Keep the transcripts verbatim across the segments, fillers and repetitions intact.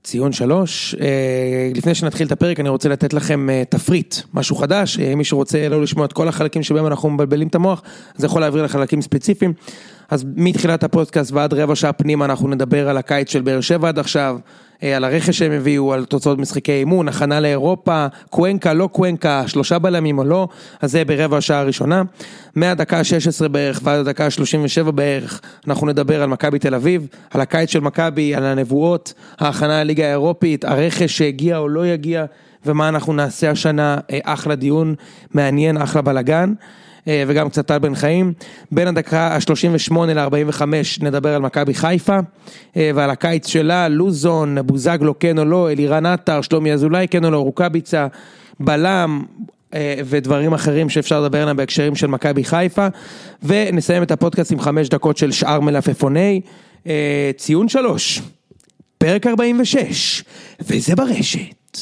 ציון שלוש, לפני שנתחיל את הפרק אני רוצה לתת לכם תפריט, משהו חדש, מי שרוצה לא לשמוע את כל החלקים שבהם אנחנו מבלבלים את המוח, זה יכול להעביר לחלקים ספציפיים, אז מתחילת הפודקאסט ועד רבע שעה פנימה אנחנו נדבר על הקיץ של באר שבע עד עכשיו, על הרכש שהם הביאו, על תוצאות משחקי אימון, הכנה לאירופה, קוונקה, לא קוונקה, שלושה בלמים או לא, אז זה ברבע השעה הראשונה, מהדקה ה-שש עשרה בערך ועד הדקה ה-שלושים ושבע בערך, אנחנו נדבר על מכבי תל אביב, על הקיץ של מכבי, על הנבואות, ההכנה לליגה האירופית, הרכש שהגיע או לא יגיע, ומה אנחנו נעשה השנה, אחלה דיון, מעניין, אחלה בלגן, וגם קצת על בן חיים, בין הדקה ה-שלושים ושמונה ל-ארבעים וחמש נדבר על מכבי חיפה, ועל הקיץ שלה, לוזון, בוזגלו כן או לא, אלירן עטר, שלומי אזולאי כן או לא, רוקביצה, בלם, ודברים אחרים שאפשר לדבר עליהם בהקשרים של מכבי חיפה, ונסיים את הפודקאסט עם חמש דקות של שאר מלפפוני, ציון שלוש, פרק ארבעים ושש, וזה ברשת.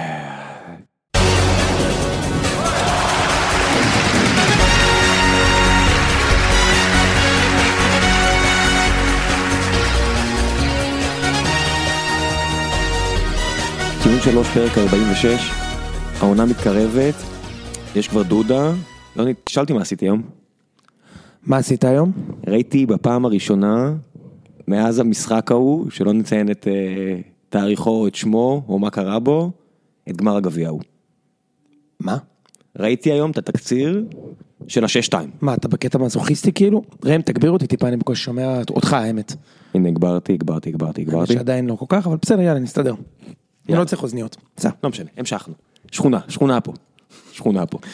ציון שלוש פרק ארבעים ושש, העונה מתקרבת, יש כבר דודה, לא נשאלתי מה עשיתי היום. מה עשית היום? ראיתי בפעם הראשונה, מאז המשחק ההוא, שלא נציין את uh, תאריכו, את שמו, או מה קרה בו, את גמר הגביע ההוא. מה? ראיתי היום את התקציר של השש שתיים. מה, אתה בקטע מזוכיסטי כאילו? ראם, תגביר אותי טיפה, אני בקושי שומע אותך, האמת. הנה, הגברתי, הגברתי, הגברתי, הגברתי. שעדיין לא כל כך, אבל בסדר, יאללה, נסתדר. אני לא צריך אוזניות. לא משנה, המשכנו. שכונה, שכונה פה. שכונה פה.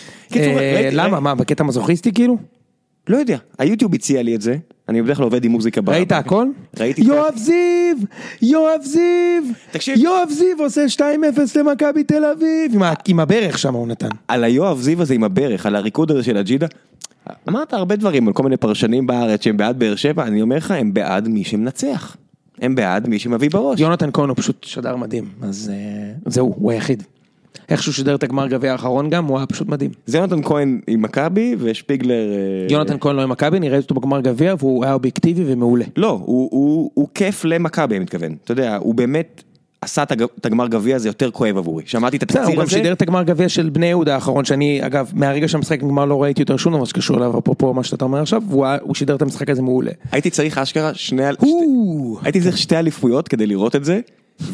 למה? מה, בקטע מזוכיסטי כאילו? לא יודע, היוטיוב הציע לי את זה, אני בדרך כלל עובד עם מוזיקה. ראית הכל? ראיתי. יואב זיו! יואב זיו! יואב זיו עושה שתיים אפס למכבי תל אביב! עם הברך שם הוא נתן. על היואב זיו הזה עם הברך, על הריקוד הזה של הג'ידה, אמרת הרבה דברים על כל מיני פרשנים בארץ שהם בעד באר שבע, אני אומר לך, הם בעד מי שמנצח. הם בעד מי שמביא בראש. יונתן כהן הוא פשוט שדר מדהים, אז זהו, הוא היחיד. איך שהוא שדר את הגמר גביע האחרון גם, הוא היה פשוט מדהים. זה יונתן כהן עם מכבי ושפיגלר... יונתן כהן לא עם מכבי, נראיתי אותו בגמר גביע, והוא היה אובייקטיבי ומעולה. לא, הוא, הוא, הוא כיף למכבי, אני מתכוון. אתה יודע, הוא באמת עשה את הגמר גביע הזה יותר כואב עבורי. שמעתי את התקציר הזה. הוא גם שידר את הגמר גביע של בני יהודה האחרון, שאני, אגב, מהרגע שהמשחק גמר לא ראיתי יותר שום דבר שקשור אליו, אפרופו מה שאתה אומר עכשיו, והוא שידר את המשחק הזה מעולה. הייתי צריך אשכרה שני... הייתי צריך שתי אליפויות כדי לראות את זה.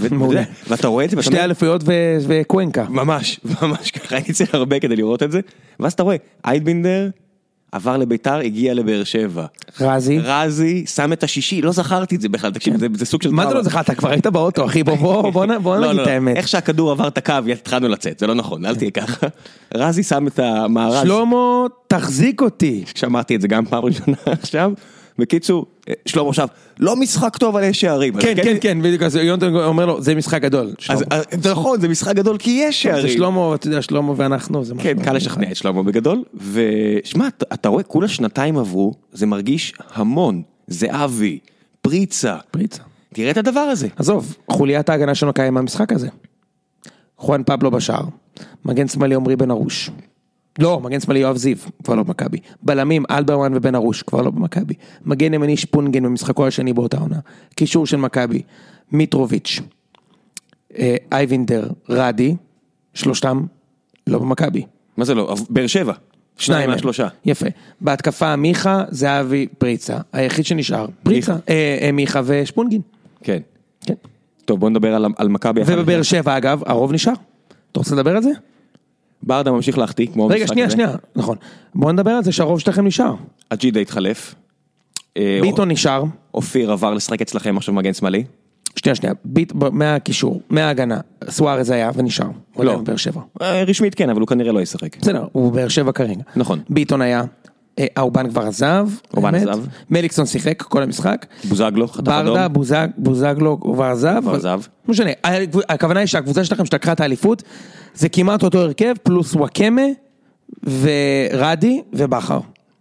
ואתה רואה את זה, שתי אלפיות וקוונקה. ממש, ממש ככה, הייתי צריך הרבה כדי לראות את זה, ואז אתה רואה, איידבינדר עבר לביתר, הגיע לבאר שבע. רזי. רזי, שם את השישי, לא זכרתי את זה בכלל, תקשיב, זה סוג של... מה זה לא זכרת? אתה כבר היית באוטו, אחי, בוא נגיד את האמת. איך שהכדור עבר את הקו, התחלנו לצאת, זה לא נכון, אל תהיה ככה. רזי שם את המארז. שלמה, תחזיק אותי. כשאמרתי את זה גם פעם ראשונה עכשיו, בקיצור, שלמה עכשיו, לא משחק טוב על יש שערים. כן, כן, כן, בדיוק, אז יונתן אומר לו, זה משחק גדול. אז נכון, זה משחק גדול כי יש שערים. זה שלמה, אתה יודע, שלמה ואנחנו, זה משהו. כן, קל לשכנע את שלמה בגדול, ושמע, אתה רואה, כולה שנתיים עברו, זה מרגיש המון, זה אבי, פריצה. פריצה. תראה את הדבר הזה. עזוב, חוליית ההגנה שלנו קיים מהמשחק הזה. חואן פבלו בשער, מגן שמאלי עמרי בן ארוש. לא, מגן שמאלי יואב זיו, כבר לא במכבי. בלמים, אלברמן ובן ארוש, כבר לא במכבי. מגן ימני שפונגן במשחקו השני באותה עונה. קישור של מכבי, מיטרוביץ', אייבינדר, רדי, שלושתם לא במכבי. מה זה לא? באר שבע. שניים מהשלושה. יפה. בהתקפה מיכה, זהבי, פריצה. היחיד שנשאר, פריצה, מיכה ושפונגין. כן. כן. טוב, בוא נדבר על מכבי. ובבאר שבע, אגב, הרוב נשאר. אתה רוצה לדבר על זה? ברדה ממשיך להחטיא, כמו רגע, שנייה, שנייה, נכון. בואו נדבר על זה שהרוב שלכם נשאר. אג'ידה התחלף. ביטון נשאר. אופיר עבר לשחק אצלכם עכשיו מגן שמאלי. שנייה, שנייה, מהקישור, מההגנה, סוארז היה ונשאר. לא. באר שבע. רשמית כן, אבל הוא כנראה לא ישחק. בסדר, הוא באר שבע כרגע. נכון. ביטון היה, אובן כבר עזב. אובן עזב. מליקסון שיחק כל המשחק. בוזגלו, חטף אדום. ברדה, בוזג, בוזגלו כבר עזב. כבר עזב. לא משנה, הכוונה היא שהקבוצה שלכם שתקרה את האליפות, זה כמעט אותו הרכב, פלוס וואקמה, ורדי, ובחר.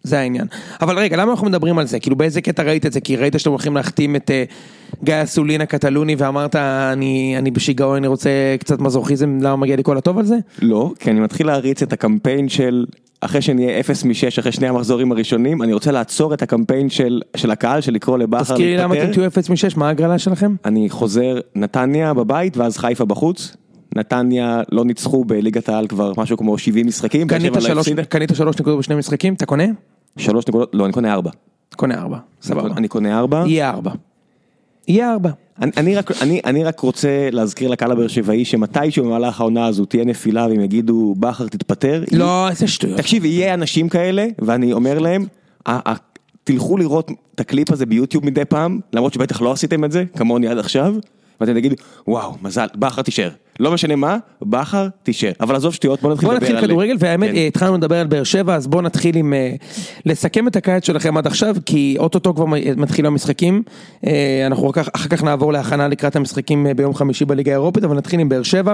זה העניין. אבל רגע, למה אנחנו מדברים על זה? כאילו באיזה קטע ראית את זה? כי ראית שאתם הולכים להחתים את גיא אסולין הקטלוני, ואמרת, אני, אני בשיגעון, אני רוצה קצת מזוכיזם, למה מגיע לי כל הטוב על זה? לא, כי אני מתחיל להריץ את הקמפיין של, אחרי שנהיה אפס משש, אחרי שני המחזורים הראשונים, אני רוצה לעצור את הקמפיין של, של הקהל, של לקרוא לבחר להתפטר. תזכירי למה אתם תהיו אפס משש, מה ההגרלה שלכם? אני חוזר נתניה בבית, ואז חיפה בחוץ. נתניה לא ניצחו בליגת העל כבר משהו כמו שבעים משחקים. קנית שלוש, קנית שלוש נקודות בשני משחקים, אתה קונה? שלוש נקודות, לא, אני קונה ארבע. קונה ארבע, סבבה. אני קונה ארבע. יהיה ארבע. יהיה ארבע. אני, אני, רק, אני, אני רק רוצה להזכיר לקהל הבאר שבעי שמתישהו במהלך העונה הזו תהיה נפילה והם יגידו בכר תתפטר. לא, איזה שטויות. תקשיב, יהיה אנשים כאלה ואני אומר להם, תלכו לראות את הקליפ הזה ביוטיוב מדי פעם, למרות שבטח לא עשיתם את זה, כמוני עד עכשיו, ואתם תגידו, וואו, מזל, בכר תישאר. לא משנה מה, בכר תישאר. אבל עזוב שטויות, בוא נתחיל לדבר על... בוא נתחיל כדורגל, והאמת, התחלנו לדבר על באר שבע, אז בוא נתחיל עם... לסכם את הקיץ שלכם עד עכשיו, כי אוטוטו כבר מתחיל המשחקים. אנחנו אחר כך נעבור להכנה לקראת המשחקים ביום חמישי בליגה האירופית, אבל נתחיל עם באר שבע.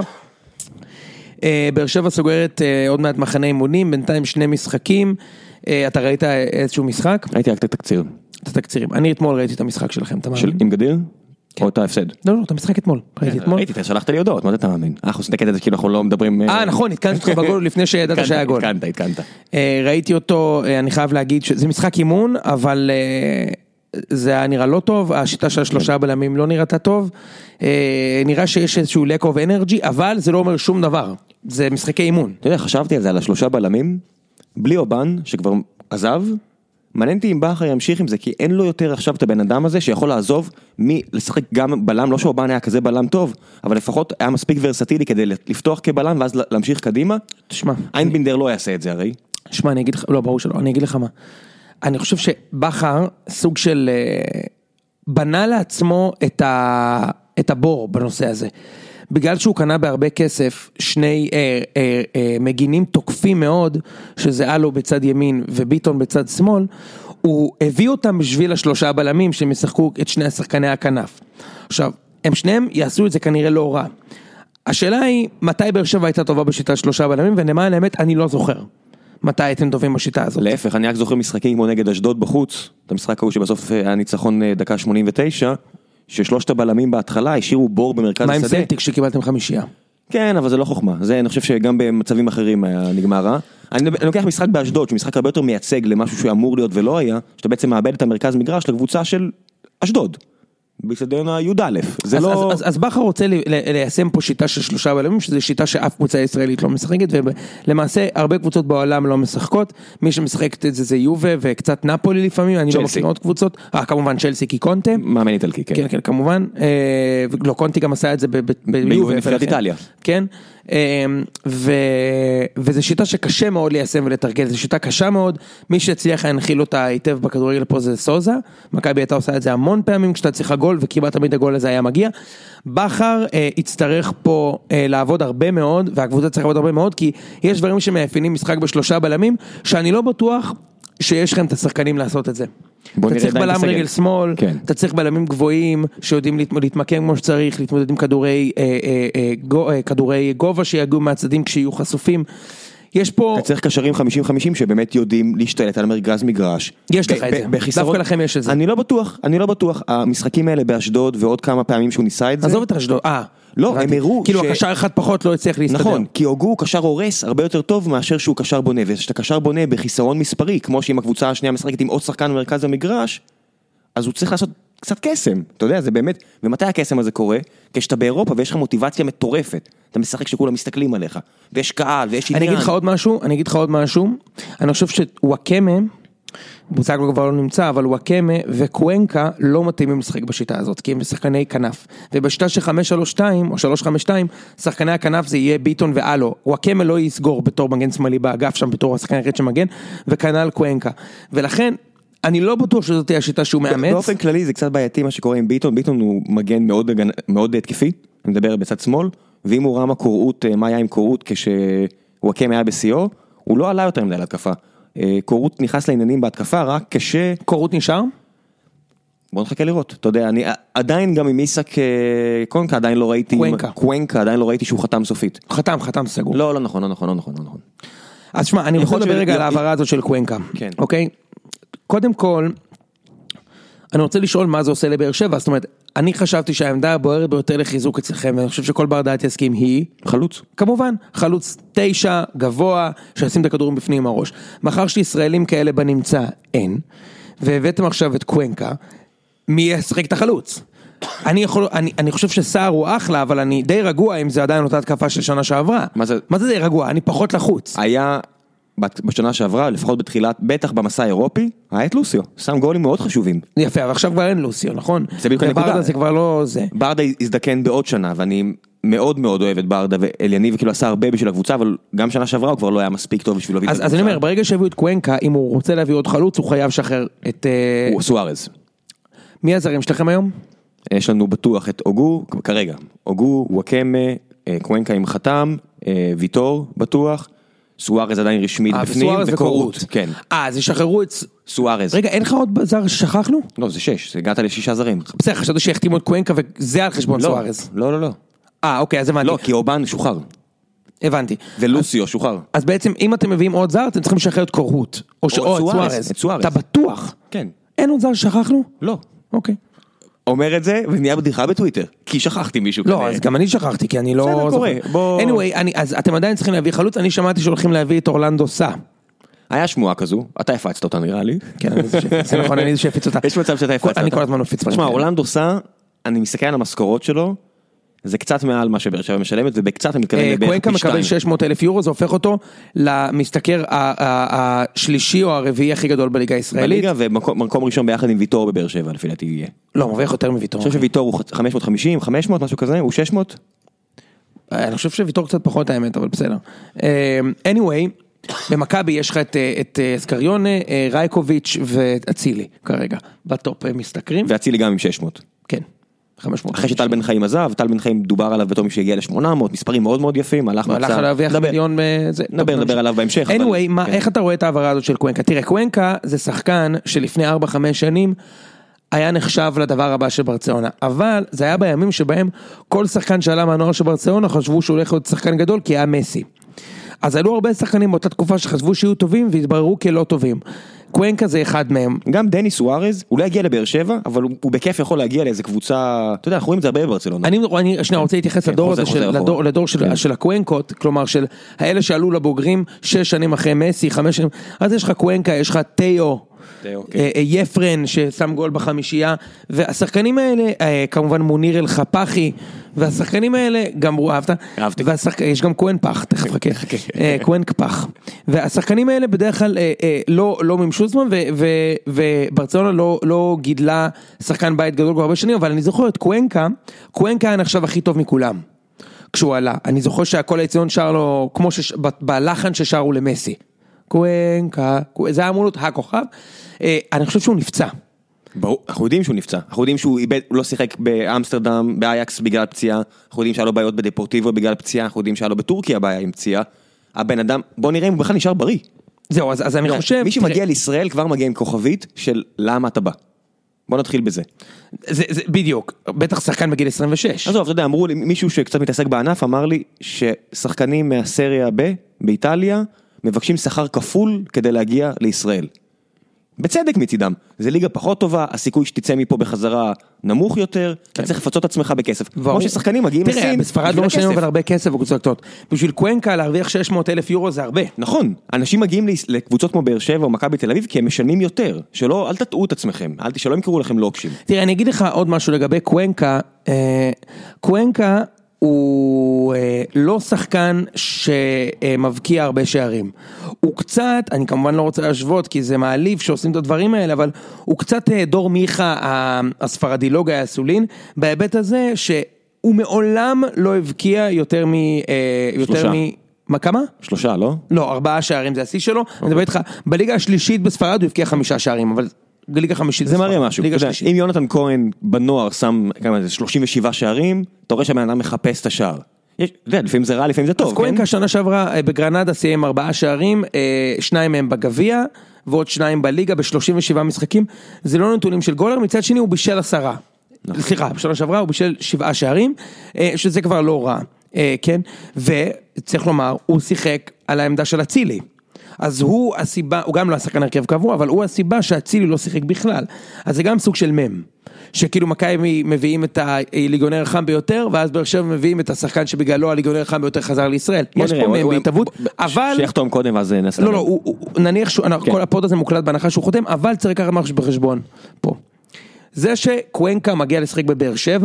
באר שבע סוגרת עוד מעט מחנה אימונים, בינתיים שני משחקים. אתה ראית איזשהו משחק? ראיתי רק את התקציר. את התקצירים. אני אתמול ראיתי את המשחק שלכם, אתה מאמין? עם גדיר? או את ההפסד? לא, לא, אתה משחק אתמול. ראיתי אתמול. ראיתי, אתה שלחת לי הודעות, מה אתה מאמין? אנחנו סנקת את זה כאילו אנחנו לא מדברים... אה, נכון, התקנתי אותך בגול לפני שידעת שהיה גול. התקנת, התקנת. ראיתי אותו, אני חייב להגיד שזה משחק אימון, אבל זה היה נראה לא טוב, השיטה של השלושה בלמים לא נראתה טוב, נראה שיש איזשהו lack of energy, אבל זה לא אומר שום דבר, זה משחקי אימון. אתה יודע, חשבתי על זה, על השלושה בלמים, בלי אובן, שכבר עזב, מעניין אותי אם בכר ימשיך עם זה, כי אין לו יותר עכשיו את הבן אדם הזה שיכול לעזוב מי לשחק גם בלם, לא שאובן היה כזה בלם טוב, אבל לפחות היה מספיק ורסטילי כדי לפתוח כבלם ואז להמשיך קדימה. תשמע, איינבינדר לא יעשה את זה הרי. תשמע, אני אגיד לך, לא, ברור שלא, אני אגיד לך מה. אני חושב שבכר סוג של בנה לעצמו את ה את הבור בנושא הזה. בגלל שהוא קנה בהרבה כסף שני אה, אה, אה, מגינים תוקפים מאוד, שזה אלו בצד ימין וביטון בצד שמאל, הוא הביא אותם בשביל השלושה בלמים שהם ישחקו את שני השחקני הכנף. עכשיו, הם שניהם יעשו את זה כנראה לא רע. השאלה היא, מתי באר שבע הייתה טובה בשיטת שלושה בלמים, ולמען האמת אני לא זוכר. מתי הייתם טובים בשיטה הזאת? להפך, אני רק זוכר משחקים כמו נגד אשדוד בחוץ, את המשחק ההוא שבסוף היה ניצחון דקה שמונים ותשע, ששלושת הבלמים בהתחלה השאירו בור במרכז השדה. מה עם סלטיק שקיבלתם חמישייה? כן, אבל זה לא חוכמה. זה, אני חושב שגם במצבים אחרים היה נגמר רע. אני, אני לוקח משחק באשדוד, שהוא משחק הרבה יותר מייצג למשהו שאמור להיות ולא היה, שאתה בעצם מאבד את המרכז מגרש לקבוצה של אשדוד. בסדרון הי"א. זה אז, לא... אז, אז, אז בכר רוצה ליישם פה שיטה של שלושה בלמים, שזו שיטה שאף קבוצה ישראלית לא משחקת, ולמעשה הרבה קבוצות בעולם לא משחקות, מי שמשחקת את זה זה יובה, וקצת נפולי לפעמים, אני לא מכיר עוד קבוצות, אה, כמובן צ'לסי כי קונטה. מאמן איטלקי, כן. כן, כן, כמובן, לא, קונטי גם עשה את זה ביובה. בנבחרת איטליה. כן, ו... וזו שיטה שקשה מאוד ליישם ולתרגל, זו שיטה קשה מאוד, מי שהצליח להנחיל אותה היטב בכדורגל פה זה סוזה, מכבי הייתה עושה את זה המון פעמים, כשאתה צריך גול, וכמעט תמיד הגול הזה היה מגיע, בכר אה, יצטרך פה אה, לעבוד הרבה מאוד, והקבוצה צריך לעבוד הרבה מאוד, כי יש דברים שמאפיינים משחק בשלושה בלמים, שאני לא בטוח שיש לכם את השחקנים לעשות את זה. אתה צריך בלם רגל שמאל, כן. אתה צריך בלמים גבוהים שיודעים להתמקם כמו שצריך, להתמודד עם כדורי, אה, אה, אה, גו, אה, כדורי גובה שיגיעו מהצדדים כשיהיו חשופים. יש פה... אתה צריך קשרים חמישים חמישים שבאמת יודעים להשתלט על מרכז מגרש. יש לך את זה, דווקא לכם יש את זה. אני לא בטוח, אני לא בטוח. המשחקים האלה באשדוד ועוד כמה פעמים שהוא ניסה את זה. עזוב את אשדוד, אה. לא, הם הראו כאילו הקשר אחד פחות לא הצליח להסתדר. נכון, כי הוגו הוא קשר הורס הרבה יותר טוב מאשר שהוא קשר בונה, ושאתה קשר בונה בחיסרון מספרי, כמו שאם הקבוצה השנייה משחקת עם עוד שחקן במרכז המגרש, אז הוא צריך לעשות קצת קסם, אתה יודע, זה באמת, ומתי הקסם הזה קורה? כשאתה באירופה ויש לך מוטיבציה מטורפת, אתה משחק שכולם מסתכלים עליך, ויש קהל, ויש עניין. אני אגיד לך עוד משהו, אני אגיד לך עוד משהו, אני חושב שוואקמה, בוזגלו כבר לא נמצא, אבל וואקמה וקוונקה לא מתאימים לשחק בשיטה הזאת, כי הם שחקני כנף, ובשיטה של חמש שלוש שתיים או שלוש חמש שתיים, שחקני הכנף זה יהיה ביטון ואלו, וואקמה לא יסגור בתור מגן שמאלי באגף שם, בתור השחקן היחיד שמגן, וכנ"ל קוונקה, ולכן, אני לא בטוח שזאת תהיה השיטה שהוא מאמץ. באופן כללי זה קצת בעייתי מה שקורה עם ביטון, ביטון הוא מגן מאוד, מאוד התקפי, אני מדבר בצד שמאל, ואם הוא ראה מה קורות, מה היה עם קורות כשוואקמה היה בסיור, הוא לא עלה יותר מדי להתקפה. קורות נכנס לעניינים בהתקפה רק כש... קורות נשאר? בוא נחכה לראות, אתה יודע, אני עדיין גם עם איסק קונקה עדיין לא ראיתי... קוונקה. קוונקה, עדיין לא ראיתי שהוא חתם סופית. חתם, חתם סגור. לא, לא נכון, לא נכון, לא נכון, לא נכון. אז שמע, אני יכול לדבר רגע על העברה הזאת של קוונקה. כן. אוקיי? קודם כל, אני רוצה לשאול מה זה עושה לבאר שבע, זאת אומרת, אני חשבתי שהעמדה הבוערת ביותר לחיזוק אצלכם, ואני חושב שכל בר דעת יסכים היא... חלוץ. כמובן, חלוץ תשע, גבוה, שעשים את הכדורים בפנים עם הראש. מאחר שישראלים כאלה בנמצא, אין, והבאתם עכשיו את קוונקה, מי ישחק את החלוץ? אני יכול, אני, אני חושב שסער הוא אחלה, אבל אני די רגוע אם זה עדיין אותה התקפה של שנה שעברה. מה זה? מה זה די רגוע? אני פחות לחוץ. היה... בשנה שעברה, לפחות בתחילת, בטח במסע האירופי, היה את לוסיו, שם גולים מאוד חשובים. יפה, אבל עכשיו כבר אין לוסיו, נכון? זה בדיוק הנקודה. ברדה זה כבר לא זה. ברדה הזדקן בעוד שנה, ואני מאוד מאוד אוהב את ברדה, ואליניב כאילו עשה הרבה בשביל הקבוצה, אבל גם שנה שעברה הוא כבר לא היה מספיק טוב בשביל להביא את הקבוצה. אז אני אומר, ברגע שהביאו את קוונקה, אם הוא רוצה להביא עוד חלוץ, הוא חייב לשחרר את... הוא סוארז. מי הזרים שלכם היום? יש לנו בטוח את אוגו, כרגע, אוגו, וואקמה, קוונקה עם חתם, ויטור בטוח, סוארז עדיין רשמית בפנים, וקורות. כן. אה, אז ישחררו את... סוארז. רגע, אין לך עוד זר ששכחנו? לא, זה שש, הגעת לשישה זרים. בסדר, חשבתי שהחתימו את קוונקה וזה על חשבון סוארז. לא, לא, לא. אה, אוקיי, אז הבנתי. לא, כי אובן שוחרר. הבנתי. ולוסיו שוחרר. אז בעצם, אם אתם מביאים עוד זר, אתם צריכים לשחרר את קורות. או את סוארז. את סוארז. אתה בטוח? כן. אין עוד זר ששכחנו? לא. אוקיי. אומר את זה, ונהיה בדיחה בטוויטר, כי שכחתי מישהו כזה. לא, אז גם אני שכחתי, כי אני לא... בסדר, קורה, בוא... anyway, אני, אז אתם עדיין צריכים להביא חלוץ, אני שמעתי שהולכים להביא את אורלנדו סא. היה שמועה כזו, אתה הפצת אותה נראה לי. כן, זה נכון, אני זה שהפיץ אותה. יש מצב שאתה הפצת אותה. אני כל הזמן מפיץ. תשמע, אורלנדו סא, אני מסתכל על המשכורות שלו, זה קצת מעל מה שבאר שבע משלמת, ובקצת אני מתכוון לבערך פי שתיים. קוונקה מקבל שש מאות אלף יורו, זה הופך אותו למשתכר השלישי או הרביעי הכי גדול בליגה הישראלית. בליגה, ומקום ראשון ביחד עם ויטור בבאר שבע, לפי דעתי יהיה. לא, מרוויח יותר מוויטור. אני חושב שוויטור הוא חמש מאות וחמישים, חמש מאות, משהו כזה, הוא שש מאות? אני חושב שוויטור קצת פחות האמת, אבל בסדר. anyway, במכבי יש לך את סקריונה, רייקוביץ' ואצילי כרגע, בטופ משתכרים. ואצילי גם עם שש מאות. כן. חמש מאות. אחרי שטל בן חיים עזב, טל בן חיים דובר עליו בתור מי שהגיע ל-שמונה מאות, מספרים מאוד מאוד יפים, הלך מצא. הלך להרוויח מיליון... נדבר, נדבר עליו בהמשך. anyway, איך אתה רואה את העברה הזאת של קוונקה? תראה, קוונקה זה שחקן שלפני ארבע חמש שנים היה נחשב לדבר הבא של ברצלונה, אבל זה היה בימים שבהם כל שחקן שעלה מהנוער של ברצלונה חשבו שהוא הולך להיות שחקן גדול כי היה מסי. אז עלו הרבה שחקנים באותה תקופה שחשבו שיהיו טובים והתבררו כלא טובים. קוונקה זה אחד מהם. גם דני סוארז, הוא לא הגיע לבאר שבע, אבל הוא בכיף יכול להגיע לאיזה קבוצה, אתה יודע, אנחנו רואים את זה הרבה בברצלונה. אני שנייה רוצה להתייחס לדור הזה, לדור של הקוונקות, כלומר של האלה שעלו לבוגרים שש שנים אחרי מסי, חמש שנים, אז יש לך קוונקה, יש לך תיאו, יפרן ששם גול בחמישייה, והשחקנים האלה, כמובן מוניר אל חפחי, והשחקנים האלה, גם הוא אהבת? אהבתי. יש גם קוון פח, תכף חכה, קוון פח. והשחקנים האלה בדרך כלל לא מימשו זמן, וברצלונה לא גידלה שחקן בית גדול כבר הרבה שנים, אבל אני זוכר את קוונקה, קוונקה היה נחשב הכי טוב מכולם, כשהוא עלה. אני זוכר שהכל היציון שר לו, כמו בלחן ששרו למסי. קוונקה, זה היה אמור להיות הכוכב, אני חושב שהוא נפצע. ברור, אנחנו יודעים שהוא נפצע, אנחנו יודעים שהוא איבד, הוא לא שיחק באמסטרדם, באייקס בגלל פציעה, אנחנו יודעים שהיה לו בעיות בדפורטיבו בגלל פציעה, אנחנו יודעים שהיה לו בטורקיה בעיה עם פציעה, הבן אדם, בוא נראה אם הוא בכלל נשאר בריא. זהו, אז, אז אני חושב... מי שמגיע לישראל כבר מגיע עם כוכבית של למה אתה בא. בוא נתחיל בזה. זה, זה בדיוק, בטח שחקן בגיל עשרים ושש. עזוב, אתה יודע, אמרו לי, מישהו שקצת מתעסק בענף, אמר לי ששחקנים מהסריה ב, באיטליה, מבקשים שכר כפול כדי להגיע לישראל. בצדק מצידם, זה ליגה פחות טובה, הסיכוי שתצא מפה בחזרה נמוך יותר, אתה צריך לפצות עצמך בכסף. כמו ששחקנים מגיעים לסין, תראה, בספרד לא משנים אבל הרבה כסף בקבוצות קטנות. בשביל קוונקה להרוויח שש מאות אלף יורו זה הרבה. נכון, אנשים מגיעים לקבוצות כמו באר שבע או מכבי תל אביב, כי הם משלמים יותר. שלא, אל תטעו את עצמכם, שלא ימכרו לכם לוקשים. תראה, אני אגיד לך עוד משהו לגבי קוונקה. קוונקה הוא אה, לא שחקן שמבקיע הרבה שערים. הוא קצת, אני כמובן לא רוצה להשוות כי זה מעליב שעושים את הדברים האלה, אבל הוא קצת אה, דור מיכה הספרדילוג האסולין, בהיבט הזה שהוא מעולם לא הבקיע יותר מ... אה, יותר מ... מה, כמה? שלושה, לא? לא, ארבעה שערים זה השיא שלו. אני מדבר איתך, בליגה השלישית בספרד הוא הבקיע חמישה שערים, אבל... בליגה חמישית. זה מראה משהו. אם יונתן כהן בנוער שם שלושים ושבעה שערים, אתה רואה שהבן אדם מחפש את השער. לפעמים זה רע, לפעמים זה טוב. אז קוונקה שנה שעברה בגרנדה סיים ארבעה שערים, שניים מהם בגביע, ועוד שניים בליגה ב-שלושים ושבעה משחקים. זה לא נתונים של גולר, מצד שני הוא בישל עשרה. סליחה, בשנה שעברה הוא בישל שבעה שערים, שזה כבר לא רע. כן? וצריך לומר, הוא שיחק על העמדה של אצילי. אז הוא הסיבה, הוא גם לא השחקן הרכב קבוע, אבל הוא הסיבה שהצילי לא שיחק בכלל. אז זה גם סוג של מם, שכאילו מכבי מביאים את הליגונר החם ביותר, ואז באר שבע מביאים את השחקן שבגללו הליגונר החם ביותר חזר לישראל. יש פה מם בהתאבות, אבל... שיחתום קודם, ואז נעשה... לא, לא, נניח שכל הפוד הזה מוקלט בהנחה שהוא חותם, אבל צריך לקחת משהו בחשבון פה. זה שקוונקה מגיע לשחק בבאר שבע,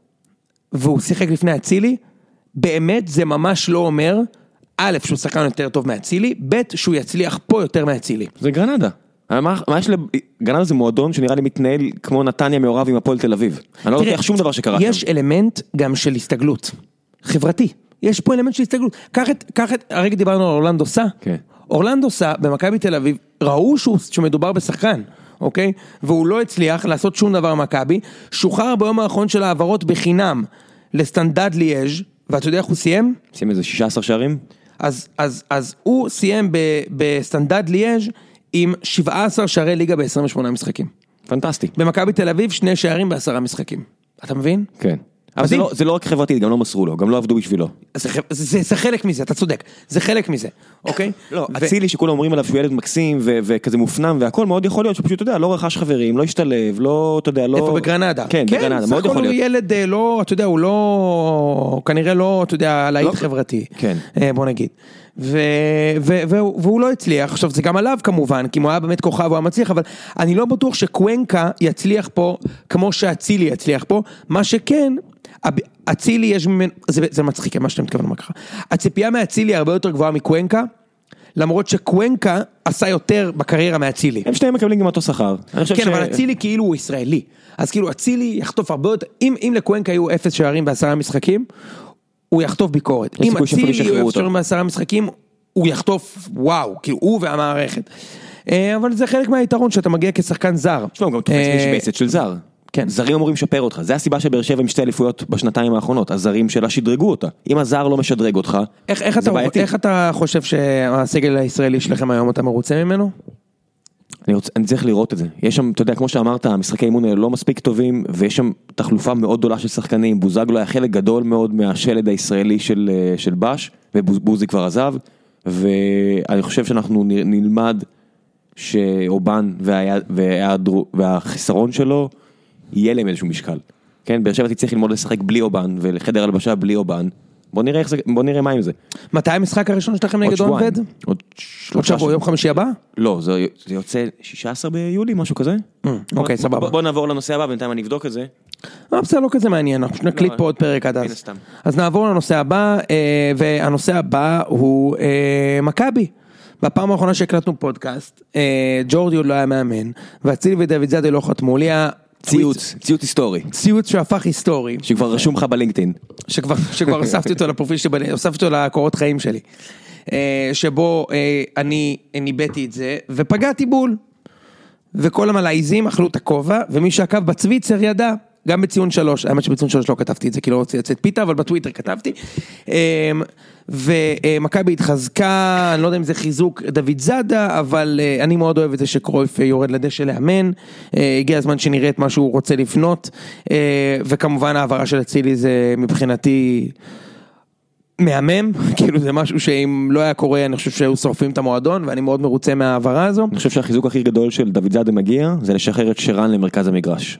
והוא שיחק לפני הצילי, באמת זה ממש לא אומר, א', שהוא שחקן יותר טוב מהצילי, ב', שהוא יצליח פה יותר מהצילי. זה גרנדה. מה יש לגרנדה זה מועדון שנראה לי מתנהל כמו נתניה מעורב עם הפועל תל אביב. אני לא לוקח שום דבר שקרה שם. יש אלמנט גם של הסתגלות, חברתי. יש פה אלמנט של הסתגלות. קח את, קח את, הרגע דיברנו על אורלנדו סא. כן. אורלנדו סא במכבי תל אביב, ראו שהוא, שמדובר בשחקן. אוקיי? והוא לא הצליח לעשות שום דבר מכבי, שוחרר ביום האחרון של העברות בחינם לסטנדד ליאז', ואתה יודע איך הוא סיים? סיים איזה שישה עשר שערים? אז, אז, אז הוא סיים ב, בסטנדד ליאז' עם שבעה עשר שערי ליגה ב-עשרים ושמונה משחקים. פנטסטי. במכבי תל אביב שני שערים בעשרה משחקים. אתה מבין? כן. אבל זה לא, זה לא רק חברתית, גם לא מסרו לו, גם לא עבדו בשבילו. זה, זה, זה חלק מזה, אתה צודק, זה חלק מזה, אוקיי? לא, הצילי שכולם אומרים עליו שהוא ילד מקסים ו- וכזה מופנם והכל מאוד יכול להיות שפשוט, אתה יודע, לא רכש חברים, לא השתלב, לא, אתה יודע, לא... איפה בגרנדה? כן, כן, בגרנדה, מאוד יכול להיות. הוא ילד לא, אתה יודע, הוא לא, כנראה לא, אתה יודע, להיט לא... חברתי. כן. בוא נגיד. ו- ו- ו- והוא לא הצליח, עכשיו זה גם עליו כמובן, כי הוא היה באמת כוכב, הוא היה מצליח, אבל אני לא בטוח שקוונקה יצליח פה, כמו שהצילי יצליח פה, מה שכן, הצילי יש ממנו, זה, זה מצחיק, מה שאתם מתכוונים מה ככה, הציפייה מהצילי הרבה יותר גבוהה מקוונקה, למרות שקוונקה עשה יותר בקריירה מהצילי. הם שניהם מקבלים גם אותו שכר. כן, ש... אבל הצילי כאילו הוא ישראלי, אז כאילו הצילי יחטוף הרבה יותר, אם, אם לקוונקה היו אפס שערים בעשרה משחקים, הוא יחטוף ביקורת. אם הצילי יהיו אפס שערים בעשרה משחקים, הוא יחטוף, וואו, כאילו הוא והמערכת. אבל זה חלק מהיתרון שאתה מגיע כשחקן זר. תשמע, גם תופס משבצת של זר. כן. זרים אמורים לשפר אותך, זה הסיבה שבאר שבע עם שתי אליפויות בשנתיים האחרונות, הזרים שלה שדרגו אותה, אם הזר לא משדרג אותך, איך, איך זה אתה, בעייתי. איך אתה חושב שהסגל הישראלי שלכם היום אתה מרוצה ממנו? אני, רוצה, אני צריך לראות את זה, יש שם, אתה יודע, כמו שאמרת, המשחקי אימון האלה לא מספיק טובים, ויש שם תחלופה מאוד גדולה של שחקנים, בוזגלו היה חלק גדול מאוד מהשלד הישראלי של, של בש, ובוזי כבר עזב, ואני חושב שאנחנו נלמד שאובן וההיעדרו, והחיסרון שלו, יהיה להם איזשהו משקל. כן, באר שבע תצטרך ללמוד לשחק בלי אובן, ולחדר הלבשה בלי אובן. בוא נראה איך זה, בוא נראה מה עם זה. מתי המשחק הראשון שלכם נגד אונבד? עוד שבוע, יום חמישי הבא? לא, זה יוצא שישה עשר ביולי, משהו כזה. אוקיי, סבבה. בוא נעבור לנושא הבא, בינתיים אני אבדוק את זה. בסדר, לא כזה מעניין, אנחנו נקליט פה עוד פרק עד אז. אז נעבור לנושא הבא, והנושא הבא הוא מכבי. בפעם האחרונה שהקלטנו פודקאסט, ג'ורדי עוד לא היה מאמן, והצילי ודוד זאדה לא חתמו לי, ציוץ, ציוץ היסטורי. ציוץ שהפך היסטורי. שכבר רשום לך בלינקדאין. שכבר, שכבר הוספתי אותו לפרופיל שלי, הוספתי אותו לקורות חיים שלי. שבו אני ניבאתי את זה, ופגעתי בול. וכל המלעיזים אכלו את הכובע, ומי שעקב בצוויצר ידע, גם בציון שלוש, האמת שבציון שלוש לא כתבתי את זה, כי לא רוצה לצאת פיתה, אבל בטוויטר כתבתי. ומכבי התחזקה, אני לא יודע אם זה חיזוק דוד זאדה, אבל אני מאוד אוהב את זה שקרויף יורד לדשא לאמן, הגיע הזמן שנראה את מה שהוא רוצה לפנות, וכמובן העברה של אצילי זה מבחינתי מהמם, כאילו זה משהו שאם לא היה קורה, אני חושב שהיו שורפים את המועדון, ואני מאוד מרוצה מהעברה הזו. אני חושב שהחיזוק הכי גדול של דוד זאדה מגיע, זה לשחרר את שרן למרכז המגרש.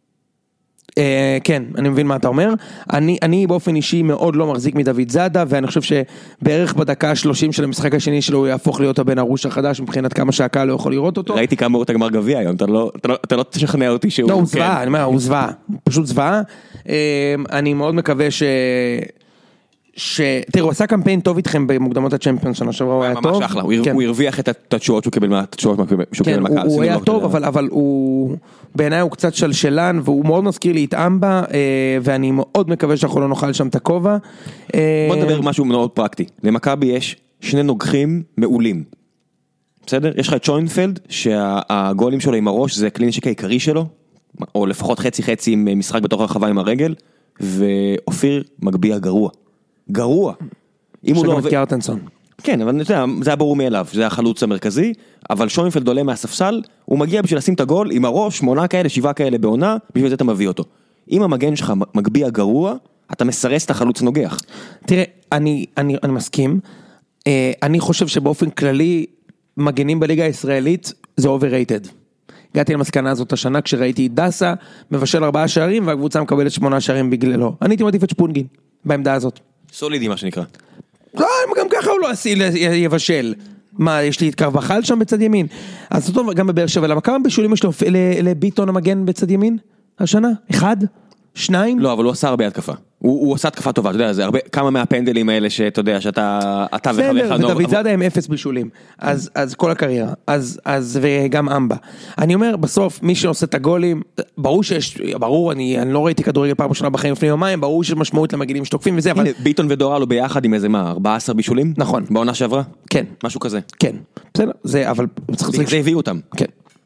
כן, אני מבין מה אתה אומר. אני, אני באופן אישי מאוד לא מחזיק מדוד זאדה, ואני חושב שבערך בדקה ה-שלושים של המשחק השני שלו הוא יהפוך להיות הבן הרוש החדש, מבחינת כמה שהקהל לא יכול לראות אותו. ראיתי כמה אותה גמר גביע היום, אתה לא, אתה לא, אתה לא תשכנע אותי שהוא... לא, הוא זוועה, אני אומר, הוא זוועה, פשוט זוועה. אני מאוד מקווה ש... ש... תראו, הוא עשה קמפיין טוב איתכם במוקדמות הצ'מפיונס שנה שעברה, הוא היה טוב. ממש אחלה, הוא הרוויח את התשואות שהוא קיבל מהקהל. הוא היה טוב, אבל הוא, בעיניי הוא קצת שלשלן, והוא מאוד מזכיר לי את אמבה, ואני מאוד מקווה שאנחנו לא נאכל שם את הכובע. בוא נדבר משהו מאוד פרקטי. למכבי יש שני נוגחים מעולים. בסדר? יש לך את שוינפלד, שהגולים שלו עם הראש זה הקלינשיק העיקרי שלו, או לפחות חצי חצי עם משחק בתוך הרחבה עם הרגל, ואופיר מגביה גרוע. גרוע. אם הוא לא עובד... קיארטנסון. כן, אבל זה היה ברור מאליו, זה החלוץ המרכזי, אבל שוינפלד עולה מהספסל, הוא מגיע בשביל לשים את הגול עם הראש, שמונה כאלה, שבעה כאלה בעונה, בשביל זה אתה מביא אותו. אם המגן שלך מגביה גרוע, אתה מסרס את החלוץ נוגח. תראה, אני, אני, אני מסכים, אני חושב שבאופן כללי, מגנים בליגה הישראלית זה overrated. הגעתי למסקנה הזאת השנה כשראיתי דסה מבשל ארבעה שערים והקבוצה מקבלת שמונה שערים בגללו. אני הייתי מעדיף את שפונגין בעמדה הזאת. סולידי מה שנקרא. לא, גם ככה הוא לא יבשל. מה, יש לי את קרבחל שם בצד ימין? אז זאת אומרת, גם בבאר שבע, למה כמה בישולים יש לו לביטון המגן בצד ימין? השנה? אחד? שניים? לא, אבל הוא עשה הרבה התקפה. הוא, הוא עשה התקפה טובה, אתה יודע, זה הרבה, כמה מהפנדלים האלה שאתה יודע, שאתה, אתה וחברך... בסדר, ודוד זאדה הם אפס בישולים. אז, אז כל הקריירה. אז, אז, וגם אמבה. אני אומר, בסוף, מי שעושה את הגולים, ברור שיש, ברור, אני, אני לא ראיתי כדורגל פעם ראשונה בחיים לפני יומיים, ברור שיש משמעות למגנים שתוקפים וזה, אבל... ביטון ודורלו ביחד עם איזה מה, ארבעה עשר בישולים? נכון. בעונה שעברה? כן. משהו כזה. כן. בסדר, זה, אבל... זה הביא אותם. כן.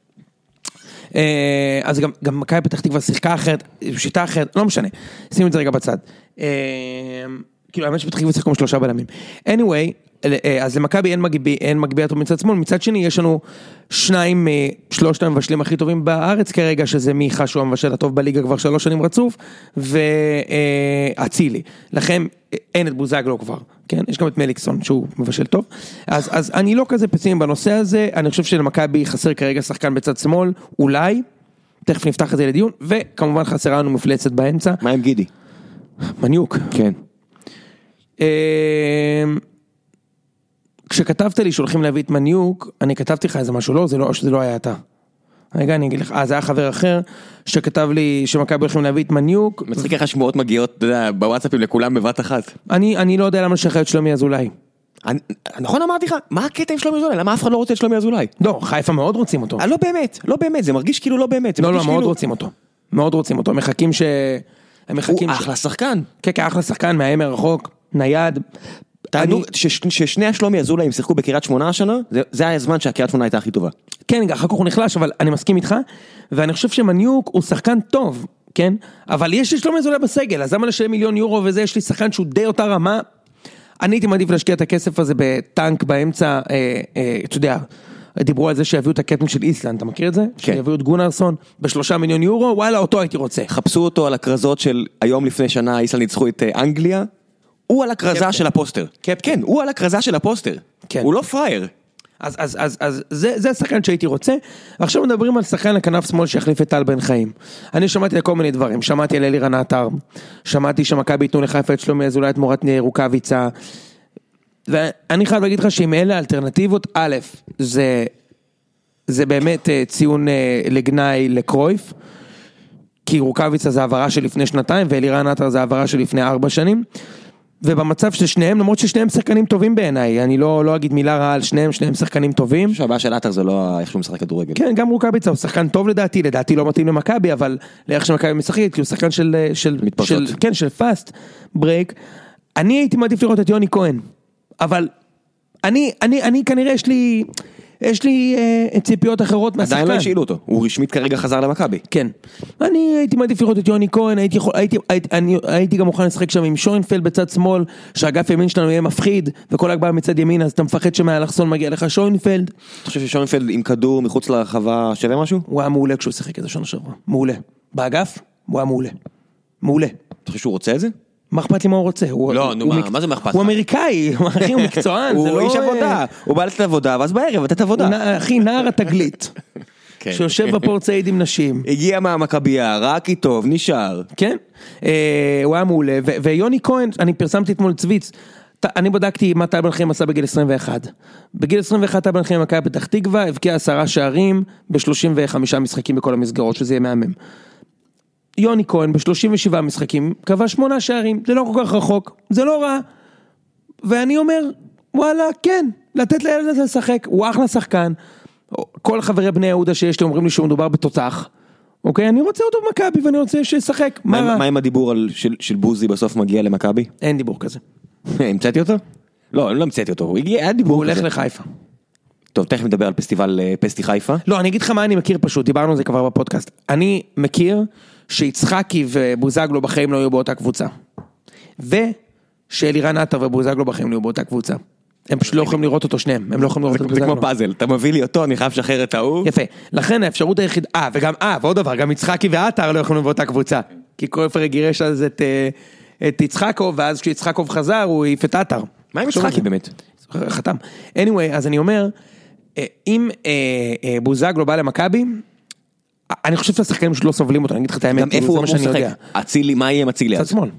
אז גם, גם מכבי פתח תקווה שיחקה אחרת, שיטה אחרת, לא משנה, שימו את זה רגע בצד. כאילו, האמת שפתח תקווה שיחקו עם שלושה בלמים. anyway, אז למכבי אין מגביע, אין מגביע טוב מצד שמאל, מצד שני יש לנו שניים, שלושת המבשלים הכי טובים בארץ כרגע, שזה מיכה שהוא המבשל הטוב בליגה כבר שלוש שנים רצוף, ואצילי. לכם אין את בוזגלו כבר, כן? יש גם את מליקסון שהוא מבשל טוב. אז, אז אני לא כזה פסימי בנושא הזה, אני חושב שלמכבי חסר כרגע שחקן בצד שמאל, אולי, תכף נפתח את זה לדיון, וכמובן חסרה לנו מפלצת באמצע. מה עם גידי? מניוק. כן. כשכתבת לי שהולכים להביא את מניוק, אני כתבתי לך איזה משהו, לא, זה לא, שזה לא היה אתה. רגע, אני אגיד לך, אה, זה היה חבר אחר, שכתב לי שמכבי הולכים להביא את מניוק. מצחיק איך השמועות מגיעות, אתה יודע, בוואטסאפים לכולם בבת אחת. אני, אני לא יודע למה לשחרר את שלומי אזולאי. נכון אמרתי לך, מה הקטע עם שלומי אזולאי? למה אף אחד לא רוצה את שלומי אזולאי? לא, חיפה מאוד רוצים אותו. לא באמת, לא באמת, זה מרגיש כאילו לא באמת. לא, לא, מאוד רוצים אותו. מאוד רוצים אותו, מחכים ש... הוא אחלה שחקן. כן, כן, אחלה שחקן, מהאמר רחוק, נייד. ששני השלומי אזולאי הם שיחקו בקריית שמונה השנה, זה היה הזמן שהקריית שמונה הייתה הכי טובה. כן, אחר כך הוא נחלש, אבל אני מסכים איתך, ואני חושב שמניוק הוא שחקן טוב, כן? אבל יש לי שלומי אזולאי בסגל, אז למה לשלם מיליון יורו וזה, יש לי שחקן שהוא די אותה רמה, אני הייתי מעדיף להשקיע את הכסף הזה בטנק באמצע, אתה יודע, דיברו על זה שיביאו את הקפטן של איסלנד, אתה מכיר את זה? כן. שיביאו את גונרסון בשלושה מיליון יורו, וואלה, אותו הייתי רוצה. חפשו אותו על הקרזות של היום לפני שנה, איסלנד ניצחו את אנגליה, הוא על הקרזה של הפוסטר. כן, הוא על הקרזה של הפוסטר. הוא לא פרייר. אז, אז, אז, אז זה, זה השחקן שהייתי רוצה, ועכשיו מדברים על שחקן לכנף שמאל שיחליף את טל בן חיים. אני שמעתי לכל מיני דברים, שמעתי על אלירן עטר, שמעתי שמכבי ייתנו לחיפה את שלומי אזולאי תמורת רוקאביצה, ואני חייב להגיד לך שאם אלה האלטרנטיבות, א', זה, זה באמת ציון לגנאי לקרויף, כי רוקאביצה זה העברה של לפני שנתיים, ואלירן עטר זה העברה של לפני ארבע שנים, ובמצב של שניהם, למרות ששניהם שחקנים טובים בעיניי, אני לא, לא אגיד מילה רעה על שניהם, שניהם שחקנים טובים. שהבעיה של עטר זה לא איך שהוא משחק כדורגל. כן, גם רוקאביצה הוא שחקן טוב לדעתי, לדעתי לא מתאים למכבי, אבל לאיך שמכבי משחקת, כי הוא שחקן של, של, של, כן, של פאסט ברייק. אני הייתי מעדיף לראות את יוני כהן, אבל אני, אני, אני כנראה יש לי, יש לי אה, ציפיות אחרות מהשחקן. עדיין לא השאילו אותו, הוא רשמית כרגע חזר למכבי. כן. אני הייתי מעדיף לראות את יוני כהן, הייתי, הייתי, הייתי, אני, הייתי גם מוכן לשחק שם עם שוינפלד בצד שמאל, שהאגף ימין שלנו יהיה מפחיד, וכל הגבעה מצד ימין, אז אתה מפחד שמהאלכסון מגיע לך שוינפלד. אתה חושב ששוינפלד עם כדור מחוץ לרחבה שווה משהו? הוא היה מעולה כשהוא שיחק את זה שנה שעברה. מעולה. באגף, הוא היה מעולה. מעולה. אתה חושב שהוא רוצה את זה? מה אכפת לי מה הוא רוצה? לא, נו מה, מה זה מה אכפת? הוא אמריקאי, אחי, הוא מקצוען. הוא איש עבודה, הוא בא לתת עבודה, ואז בערב לתת עבודה. אחי, נער התגלית. שיושב בפורצייד עם נשים. הגיע מהמכבייה, רק איתו, נשאר. כן, הוא היה מעולה, ויוני כהן, אני פרסמתי אתמול צוויץ, אני בדקתי מה טל בן חיים עשה בגיל עשרים ואחת. בגיל עשרים ואחת טל בן חיים מכבי פתח תקווה, הבקיע עשרה שערים ב-שלושים וחמישה משחקים בכל המסגרות, שזה יהיה מהמם. יוני כהן ב-שלושים ושבעה משחקים, קבע שמונה שערים, זה לא כל כך רחוק, זה לא רע, ואני אומר, וואלה, כן, לתת לילד הזה לשחק, הוא אחלה שחקן, כל חברי בני יהודה שיש לי אומרים לי שהוא מדובר בתותח, אוקיי, אני רוצה אותו במכבי ואני רוצה שישחק, מה רע? מה עם הדיבור של בוזי בסוף מגיע למכבי? אין דיבור כזה. המצאתי אותו? לא, אני לא המצאתי אותו, הוא הגיע, היה דיבור כזה. הוא הולך לחיפה. טוב, תכף נדבר על פסטיבל פסטי חיפה. לא, אני אגיד לך מה אני מכיר פשוט, דיברנו על זה כבר בפודקאסט. אני מכיר שיצחקי ובוזגלו בחיים לא יהיו באותה קבוצה. ושאלירן עטר ובוזגלו בחיים לא יהיו באותה קבוצה. הם פשוט לא יכולים לראות אותו שניהם, הם לא יכולים לראות את בוזגלו. זה כמו פאזל, אתה מביא לי אותו, אני חייב לשחרר את ההוא. יפה, לכן האפשרות היחיד, אה, וגם, אה, ועוד דבר, גם יצחקי ועטר לא יכולים באותה קבוצה. כי קרויפר גירש אז את, את יצחקוב, ואז כשיצחקוב חזר, הוא העיף את עטר. מה עם יצחקי באמת? חתם. anyway, אז אני אומר, אם בוזגלו בא למכבי, אני חושב שהשחקנים שלא סובלים אותו, אני אגיד לך את האמת. גם איפה הוא אמור לשחק? אצילי, מה יהיה עם אצילי? צד שמאל.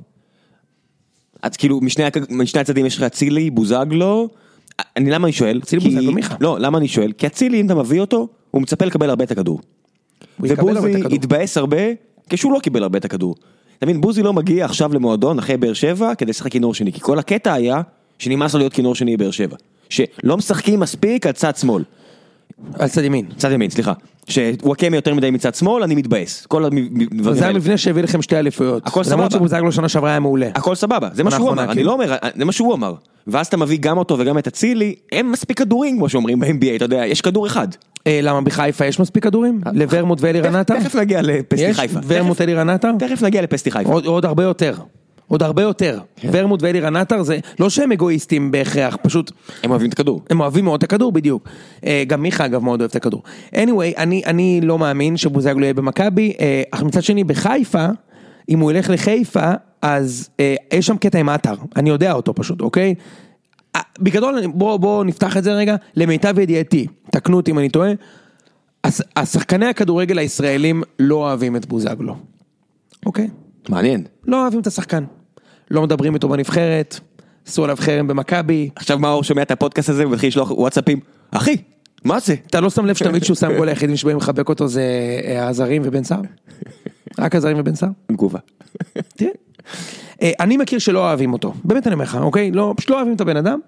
אז כאילו, משני הצדדים יש לך אצילי, בוזגלו, אני למה אני שואל? אצילי בוזגלו מיכה. לא, למה אני שואל? כי אצילי, אם אתה מביא אותו, הוא מצפה לקבל הרבה את הכדור. ובוזי התבאס הרבה, כשהוא לא קיבל הרבה את הכדור. אתה מבין, בוזי לא מגיע עכשיו למועדון אחרי באר שבע, כדי לשחק כינור שני, כי כל הקטע היה, שנמאס לו להיות כינור שני באר שבע. שלא משחקים מספיק על צד שמאל. על צד ימין. צד ימין, סליחה. שוואקמה יותר מדי מצד שמאל, אני מתבאס. זה המבנה שהביא לכם שתי אליפויות. הכל סבבה. למרות שבוזגלו שנה שעברה היה מעולה. הכל סבבה, זה מה שהוא אמר, אני לא אומר, זה מה שהוא אמר. ואז אתה מביא גם אותו וגם את אצילי, אין מספיק כדורים, כמו שאומרים ב-אן בי איי, אתה יודע, יש כדור אחד. למה בחיפה יש מספיק כדורים? לוורמוט ואלירן עטר? תכף נגיע לפסטי חיפה. יש ורמוט ואלירן עטר? תכף נגיע לפסטי חיפה. עוד הרבה יותר. עוד הרבה יותר. ורמוט ואלירן עטר זה לא שהם אגואיסטים בהכרח, פשוט... הם אוהבים את הכדור. הם אוהבים מאוד את הכדור, בדיוק. גם מיכה אגב מאוד אוהב את הכדור. anyway, אני, אני לא מאמין שבוזגלו יהיה במכבי, אך מצד שני בחיפה, אם הוא ילך לחיפה, אז יש שם קטע עם עטר. אני יודע אותו פשוט, אוקיי? בגדול, בוא, בוא נפתח את זה רגע, למיטב ידיעתי, תקנו אותי אם אני טועה, השחקני הכדורגל הישראלים לא אוהבים את בוזגלו. אוקיי? מעניין. לא אוהבים את השחקן. לא מדברים איתו בנבחרת, עשו עליו חרם במכבי. עכשיו מאור שומע את הפודקאסט הזה ומתחיל לשלוח וואטסאפים, אחי, מה זה? אתה לא שם לב שתמיד שהוא שם גול היחידים שבאים לחבק אותו זה הזרים ובן סער? רק הזרים ובן סער? תגובה. תראה. אני מכיר שלא אוהבים אותו, באמת אני אומר לך, אוקיי? לא, פשוט לא אוהבים את הבן אדם.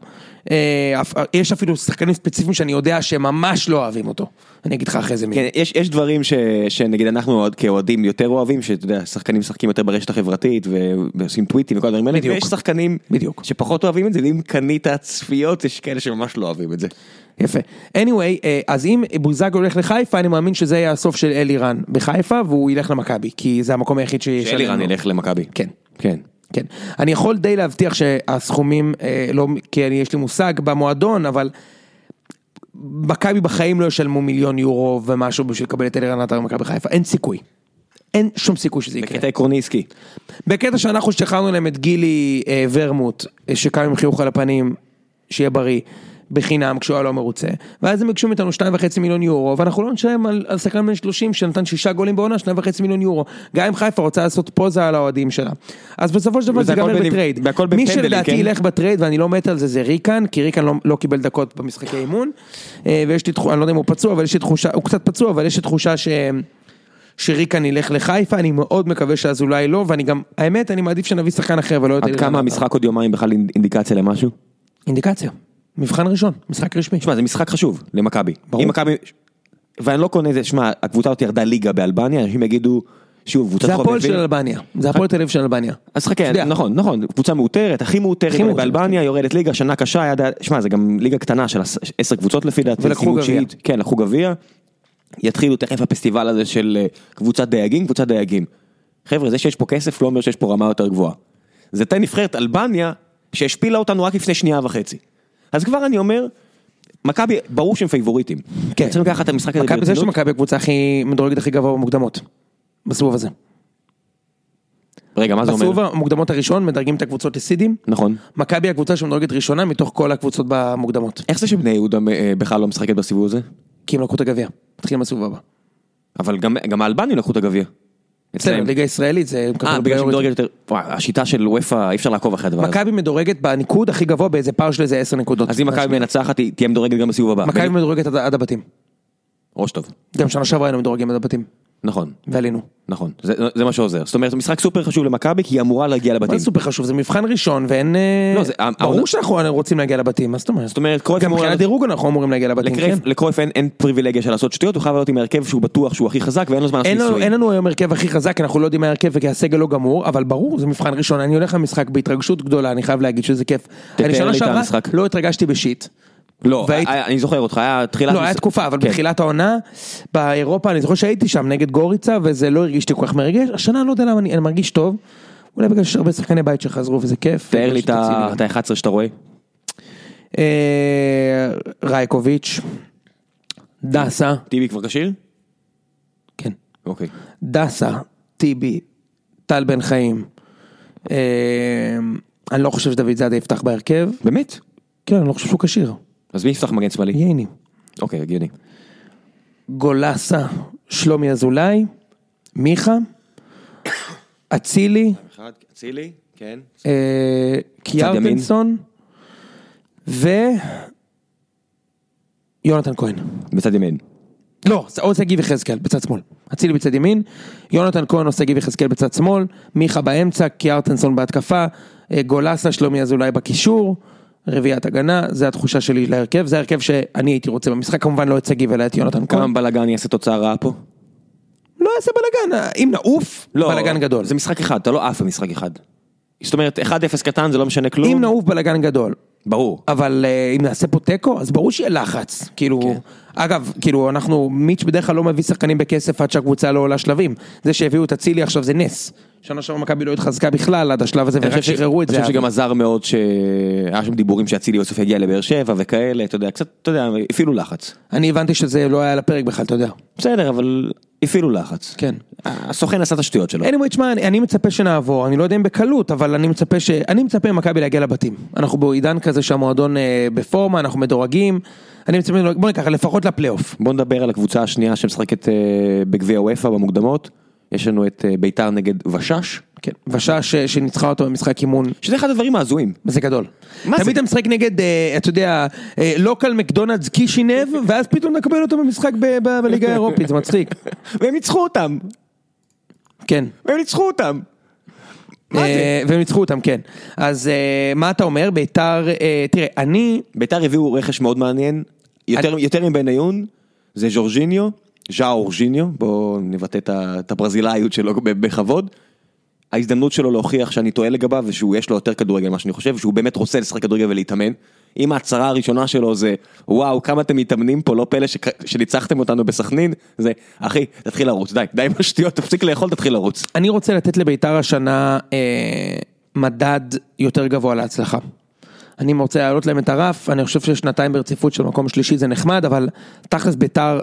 יש אפילו שחקנים ספציפיים שאני יודע שממש לא אוהבים אותו. אני אגיד לך אחרי זה מי. כן, יש, יש דברים ש, שנגיד אנחנו כאוהדים יותר אוהבים, שאתה יודע, שחקנים משחקים יותר ברשת החברתית ועושים טוויטים וכל הדברים האלה, ויש שחקנים בדיוק. שפחות אוהבים את זה, ואם קנית צפיות, יש כאלה שממש לא אוהבים את זה. יפה. anyway, אז אם בוזגלו הולך לחיפה, אני מאמין שזה יהיה הסוף של אלירן בחיפה, והוא ילך למכבי, כי זה המקום היחיד שיש... שאלירן ילך למכבי. כן. כן. כן. אני יכול די להבטיח שהסכומים, אה, לא, כי אני, יש לי מושג במועדון, אבל מכבי בחיים לא ישלמו מיליון יורו ומשהו בשביל לקבל את אלירן עטר במכבי חיפה. אין סיכוי. אין שום סיכוי שזה יקרה. בקטע עקרוני עסקי. בקטע שאנחנו שחררנו להם את גילי אה, ורמוט, שקם עם חיוך על הפנים, שיהיה בריא, בחינם כשהוא היה לא מרוצה, ואז הם ביקשו מאיתנו שניים וחצי מיליון יורו, ואנחנו לא נשלם על, על שחקן בן שלושים שנתן שישה גולים בעונה, שניים וחצי מיליון יורו, גם אם חיפה רוצה לעשות פוזה על האוהדים שלה. אז בסופו של דבר זה גמר בטרייד. מי שלדעתי ילך בטרייד, ואני לא מת על זה, זה ריקן, כי ריקן לא, לא קיבל דקות במשחקי אימון, ויש לי תחושה, אני לא יודע אם הוא פצוע, אבל יש לי תחושה, הוא קצת פצוע, אבל יש לי תחושה ש... שריקן ילך לחיפה, אני מאוד מקווה שאז אולי לא, ואני גם, האמת, אני מעדיף שנביא שחקן אחר, ולא יותר. עד כמה המשחק עוד יומיים בכלל אינדיקציה למשהו? אינדיקציה. מבחן ראשון, משחק רשמי. שמע, זה משחק חשוב למכבי. ברור. אם מכבי, ואני לא קונה את זה, שמע, הקבוצה אותי ירדה ליגה באלבניה, אנשים יגידו, שוב, קבוצת חובבים. זה הפועל של אלבניה, זה הפועל תל אביב של אלבניה. אז חכה, נכון, נכון, קבוצה מאותרת, הכי מאותרת באלבניה, יורדת ליגה, שנה קשה, שמע, זה גם ליגה קטנה של עשר קבוצות לפי דעתי. ולקחו גביע. כן, לקחו גביע. יתחילו תכף הפסטיבל הזה של קבוצת דייגים, קבוצת דייגים. חבר'ה, זה שיש פה כסף לא אומר שיש פה רמה יותר גבוהה. זה תן נבחרת אלבניה שהשפילה אותנו רק לפני שנייה וחצי. אז כבר אני אומר, מכבי, ברור שהם פייבוריטים. כן. צריכים לקחת את המשחק הזה ברצינות. זה שמכבי הקבוצה הכי מדורגת הכי גבוה במוקדמות. בסיבוב הזה. רגע, מה זה אומר? בסיבוב המוקדמות הראשון מדרגים את הקבוצות לסידים. נכון. מכבי הקבוצה שמדורגת ראשונה מתוך כל הקבוצות במוקדמות. איך זה שבני יהודה בכלל לא משחקת בסיבוב הזה? כי הם לקחו את הגביע. מתחילים בסיבוב הבא. אבל גם, גם האלבנים לקחו את הגביע. אצלנו, ליגה ישראלית זה... אה, בגלל שמדורגת יותר... השיטה של וופא, אי אפשר לעקוב אחרי הדבר הזה. מכבי מדורגת בניקוד הכי גבוה באיזה פער של איזה עשר נקודות. אז אם מכבי מנצחת, תהיה מדורגת גם בסיבוב הבא. מכבי מדורגת עד הבתים. ראש טוב. גם שנה שעברה היינו מדורגים עד הבתים. נכון. ועלינו. נכון, זה, זה מה שעוזר. זאת אומרת, זה משחק סופר חשוב למכבי, כי היא אמורה להגיע לבתים. מה סופר חשוב? זה מבחן ראשון, ואין... לא, זה... ברור שאנחנו רוצים להגיע לבתים, מה זאת אומרת? זאת אומרת, גם מבחינת דירוג אנחנו אמורים להגיע לבתים, כן? לקרויף אין, אין פריבילגיה של לעשות שטויות, הוא חייב להיות עם הרכב שהוא בטוח שהוא הכי חזק, ואין לו זמן לעשות ניסויים. אין לנו היום הרכב הכי חזק, אנחנו לא יודעים מה הרכב, וכי הסגל לא גמור, אבל ברור, זה מבחן ראשון. אני הולך למשחק בהתרגשות גדולה, אני חייב להגיד שזה כיף. אני שנה שעברה לא התרגשתי בשיט. לא, אני זוכר אותך, היה תחילת... לא, היה תקופה, אבל בתחילת העונה, באירופה, אני זוכר שהייתי שם נגד גוריצה, וזה לא הרגישתי כל כך מרגש. השנה אני לא יודע למה אני מרגיש טוב, אולי בגלל שיש הרבה שחקני בית שחזרו, וזה כיף. תאר לי את ה-אחד עשר שאתה רואה. רייקוביץ', דסה. טיבי כבר כשיר? כן. אוקיי. דסה, טיבי, טל בן חיים. אני לא חושב שדוד זאדה יפתח בהרכב. באמת? כן, אני לא חושב שהוא כשיר. אז מי יפתח מגן שמאלי? ייני. אוקיי, הגיוני. גולסה, שלומי אזולאי, מיכה, אצילי, אצילי, כן. קיארטנסון, ויונתן כהן. בצד ימין. לא, או שגיב וחזקאל בצד שמאל. אצילי בצד ימין, יונתן כהן או שגיב וחזקאל בצד שמאל, מיכה באמצע, קיארטנסון בהתקפה, גולסה, שלומי אזולאי בקישור, רביעיית הגנה, זה התחושה שלי להרכב, זה הרכב שאני הייתי רוצה במשחק, כמובן לא את שגיב אלא את יונתן כהן. כמה בלגן יעשה תוצאה רעה פה? לא יעשה בלגן, אם נעוף, לא, בלגן גדול. זה משחק אחד, אתה לא עף במשחק אחד. זאת אומרת, אחד אפס קטן זה לא משנה כלום. אם נעוף בלגן גדול. ברור. אבל אם נעשה פה טקו, אז ברור שיהיה לחץ. כאילו, כן. אגב, כאילו, אנחנו, מיץ' בדרך כלל לא מביא שחקנים בכסף עד שהקבוצה לא עולה שלבים. זה שהביאו את אצילי עכשיו זה נס. שנה שעברה מכבי לא התחזקה בכלל עד השלב הזה, ורק שחררו את זה. אני חושב שגם עזר מאוד שהיה שם דיבורים שאצילי בסוף יגיע לבאר שבע וכאלה, אתה יודע, קצת, אתה יודע, אפילו לחץ. אני הבנתי שזה לא היה לפרק בכלל, אתה יודע. בסדר, אבל אפילו לחץ. כן. הסוכן עשה את השטויות שלו. anyway, תשמע, אני, אני מצפה שנעבור, אני לא יודע אם בקלות, אבל אני מצפה ש... אני מצפה ממכבי להגיע לבתים. אנחנו בעידן כזה שהמועדון אה, בפורמה, אנחנו מדורגים, אני מצפה, בוא ניקח, לפחות לפלייאוף. בוא נדבר על הקבוצה השנייה שמשחקת אה, בגביע וופא במוקדמות. יש לנו את אה, ביתר נגד ושש. כן, ושש שניצחה אותו במשחק אימון. שזה אחד הדברים העזויים. זה גדול. מה זה? תמיד אתה משחק נגד, אתה יודע, לוקל מקדונלדס קישינב, ואז פתאום נקבל אותו במשחק בליגה האירופית, זה מצחיק. והם ניצחו אותם. כן. והם ניצחו אותם. מה זה? והם ניצחו אותם, כן. אז מה אתה אומר? ביתר, תראה, אני... ביתר הביאו רכש מאוד מעניין, יותר מבניון, זה ז'ורג'יניו, ז'או אורג'יניו, בואו נבטא את הברזילאיות שלו בכבוד. ההזדמנות שלו להוכיח שאני טועה לגביו, ושהוא יש לו יותר כדורגל מה שאני חושב, ושהוא באמת רוצה לשחק כדורגל ולהתאמן. אם ההצהרה הראשונה שלו זה, וואו, כמה אתם מתאמנים פה, לא פלא שניצחתם אותנו בסכנין, זה, אחי, תתחיל לרוץ, די, די בשטויות, תפסיק לאכול, תתחיל לרוץ. אני רוצה לתת לביתר השנה אה, מדד יותר גבוה להצלחה. אני רוצה להעלות להם את הרף, אני חושב ששנתיים ברציפות של מקום שלישי זה נחמד, אבל תכלס ביתר,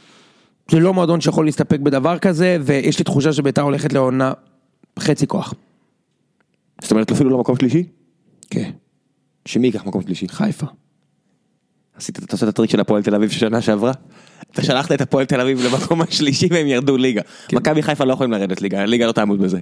זה לא מועדון שיכול להסתפק בדבר כזה, ויש לי תחושה שביתר הולכת לעונה חצי כוח. זאת אומרת, אפילו לא מקום שלישי? כן. שמי ייקח מקום שלישי? חיפה. עשית, אתה עושה את הטריק של הפועל תל אביב ששנה שעברה? אתה שלחת את הפועל תל אביב למקום השלישי והם ירדו ליגה. מכבי חיפה לא יכולים לרדת ליגה, ליגה לא תעמוד בזה.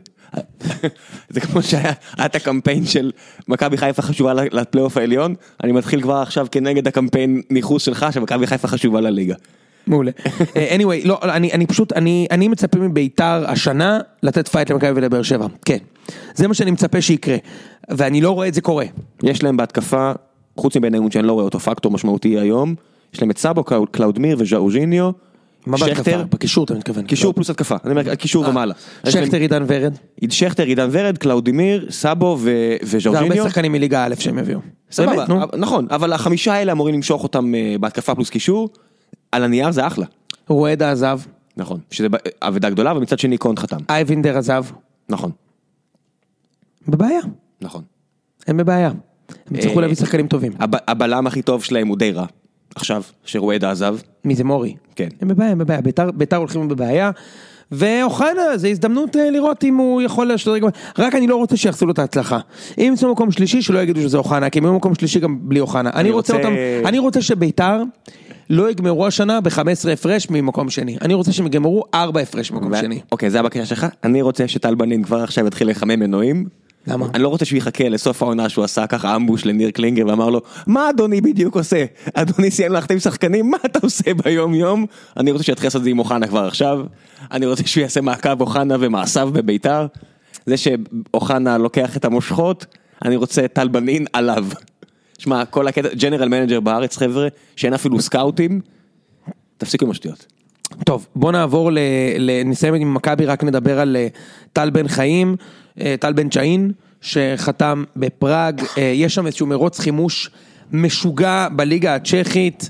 זה כמו שהיה את הקמפיין של מכבי חיפה חשובה לפלייאוף העליון, אני מתחיל כבר עכשיו כנגד הקמפיין ניחוס שלך, שמכבי חיפה חשובה לליגה. מעולה. anyway, לא, אני, אני פשוט, אני, אני מצפה מביתר השנה לתת פייט למכבי ולבאר שבע. כן. זה מה שאני מצפה שיקרה. ואני לא רואה את זה קורה. יש להם בהתקפה, חוץ מבניון שאני לא רואה אותו פקטור משמעותי היום, יש להם את סאבו, קלאודמיר וז'אוז'יניו. מה בהתקפה? בקישור אתה מתכוון. קישור פלוס התקפה. אני אומר, קישור ומעלה. שכטר, עידן ורד. שכטר, עידן ורד, קלאודמיר, סאבו וז'אוז'יניו. זה הרבה שחקנים מליגה א' שהם הביאו. סבבה, נכון, אבל החמישה האלה אמורים למשוך אותם בהתקפה פלוס קישור. על הנייר זה אחלה. רועדה עזב. נכון, שזה עבודה גדולה, ומצד שני קונט חתם. אייבינדר עזב. נכון. בבעיה. נכון. הם בבעיה. הם צריכו להביא שחקנים טובים. הבלם הכי טוב שלהם הוא די רע. עכשיו, שרועדה עזב. מי זה מורי? כן. הם בבעיה, הם בבעיה. ביתר הולכים בבעיה. ואוחנה, זה הזדמנות לראות אם הוא יכול להשתדרג. רק אני לא רוצה שיחסו לו את ההצלחה. אם ימצאו מקום שלישי, שלא יגידו שזה אוחנה, כי הם יהיו מקום שלישי גם בלי אוחנה. אני רוצה אותם, אני רוצה שביתר לא יגמרו השנה ב-חמש עשרה הפרש ממקום שני. אני רוצה שהם יגמרו ארבע הפרש ממקום שני. אוקיי, זה הבקשה שלך. אני רוצה שטל בנין כבר עכשיו יתחיל לחמם מנועים. למה? אני לא רוצה שהוא יחכה לסוף העונה שהוא עשה ככה אמבוש לניר קלינגר ואמר לו, מה אדוני בדיוק עושה? אדוני סיים להחתים שחקנים, מה אתה עושה ביום יום? אני רוצה שיתחיל לעשות את זה עם אוחנה כבר עכשיו. אני רוצה שהוא יעשה מעקב אוחנה ומעשיו בביתר. זה שאוחנה לוקח את המושכות, אני רוצה טל בנין עליו. שמע, כל הקטע, ג'נרל מנג'ר בארץ, חבר'ה, שאין אפילו סקאוטים, תפסיקו עם השטויות. טוב, בוא נעבור, נסיים עם מכבי, רק נדבר על טל בן חיים, טל בן צ'אין, שחתם בפראג, יש שם איזשהו מרוץ חימוש משוגע בליגה הצ'כית,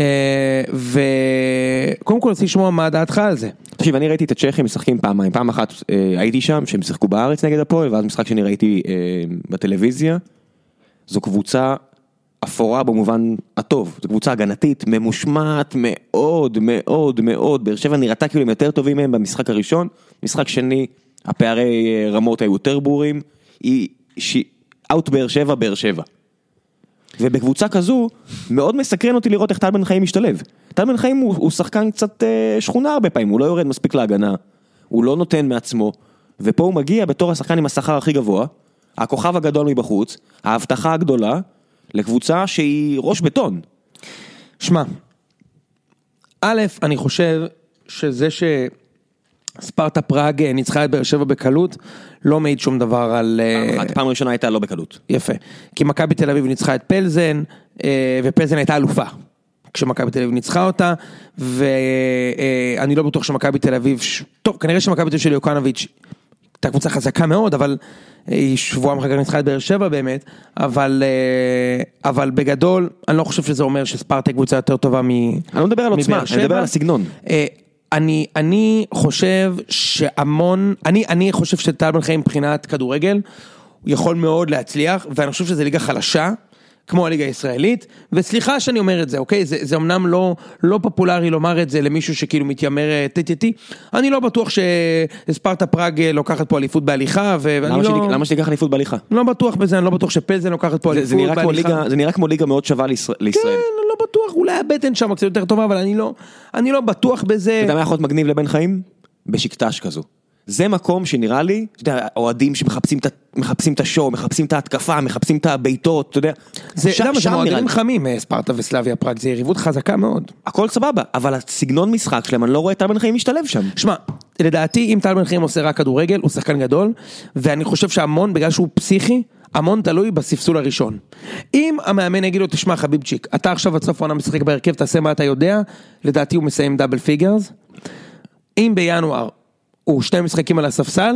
וקודם כל רוצה לשמוע מה דעתך על זה. תקשיב, אני ראיתי את הצ'כים משחקים פעמיים, פעם אחת הייתי שם, שהם שיחקו בארץ נגד הפועל, ואז משחק שאני ראיתי בטלוויזיה, זו קבוצה אפורה במובן הטוב, זו קבוצה הגנתית, ממושמעת מאוד מאוד מאוד, באר שבע נראתה כאילו הם יותר טובים מהם במשחק הראשון, משחק שני, הפערי רמות היו יותר ברורים, היא אאוט באר שבע, באר שבע. ובקבוצה כזו, מאוד מסקרן אותי לראות איך טל בן חיים משתלב. טל בן חיים הוא, הוא שחקן קצת אה, שכונה הרבה פעמים, הוא לא יורד מספיק להגנה, הוא לא נותן מעצמו, ופה הוא מגיע בתור השחקן עם השכר הכי גבוה, הכוכב הגדול מבחוץ, ההבטחה הגדולה, לקבוצה שהיא ראש בטון. שמע, א', אני חושב שזה שספרטה פראג ניצחה את באר שבע בקלות, לא מעיד שום דבר על... פעם ראשונה הייתה לא בקלות. יפה. כי מכבי תל אביב ניצחה את פלזן, ופלזן הייתה אלופה. כשמכבי תל אביב ניצחה אותה, ואני לא בטוח שמכבי תל אביב... טוב, כנראה שמכבי תל אביב של יוקנוביץ' הייתה קבוצה חזקה מאוד, אבל היא שבועה מחכה ניצחה את באר שבע באמת, אבל, אבל בגדול, אני לא חושב שזה אומר שספרטה קבוצה יותר טובה מ... אני לא מדבר על עוצמה, אני מדבר על הסגנון. אני, אני חושב שהמון, אני, אני חושב שטל בן חיים מבחינת כדורגל, הוא יכול מאוד להצליח, ואני חושב שזה ליגה חלשה, כמו הליגה הישראלית, וסליחה שאני אומר את זה, אוקיי? זה, זה אמנם לא, לא פופולרי לומר את זה למישהו שכאילו מתיימר טטטי, אני לא בטוח שספרטה פראג לוקחת פה אליפות בהליכה, ואני לא... למה שתיקח אליפות בהליכה? לא בטוח בזה, אני לא בטוח שפלזן לוקחת פה אליפות בהליכה. זה נראה כמו ליגה מאוד שווה לישראל. כן, אני לא בטוח, אולי הבטן שם קצת יותר טובה, אבל אני לא, אני לא בטוח בזה. אתה יודע מה יכול להיות מגניב לבן חיים? בשקטש כזו. זה מקום שנראה לי, אתה יודע, אוהדים שמחפשים את, מחפשים את השואו, מחפשים את ההתקפה, מחפשים את הביתות, אתה יודע. זה, למה, זה מועדונים חמים, ספרטה וסלאביה פראג, זה יריבות חזקה מאוד. הכל סבבה, אבל הסגנון משחק שלהם, אני לא רואה טל בן חיים משתלב שם. שמע, לדעתי, אם טל בן חיים עושה רק כדורגל, הוא שחקן גדול, ואני חושב שהמון, בגלל שהוא פסיכי, המון תלוי בספסול הראשון. אם המאמן יגיד לו, תשמע חביבצ'יק, אתה עכשיו עד סוף העונה משחק בהרכב, תעשה מה אתה יודע, לדעתי הוא מסיים דאבל פיגרס. אם בינואר הוא שני משחקים על הספסל,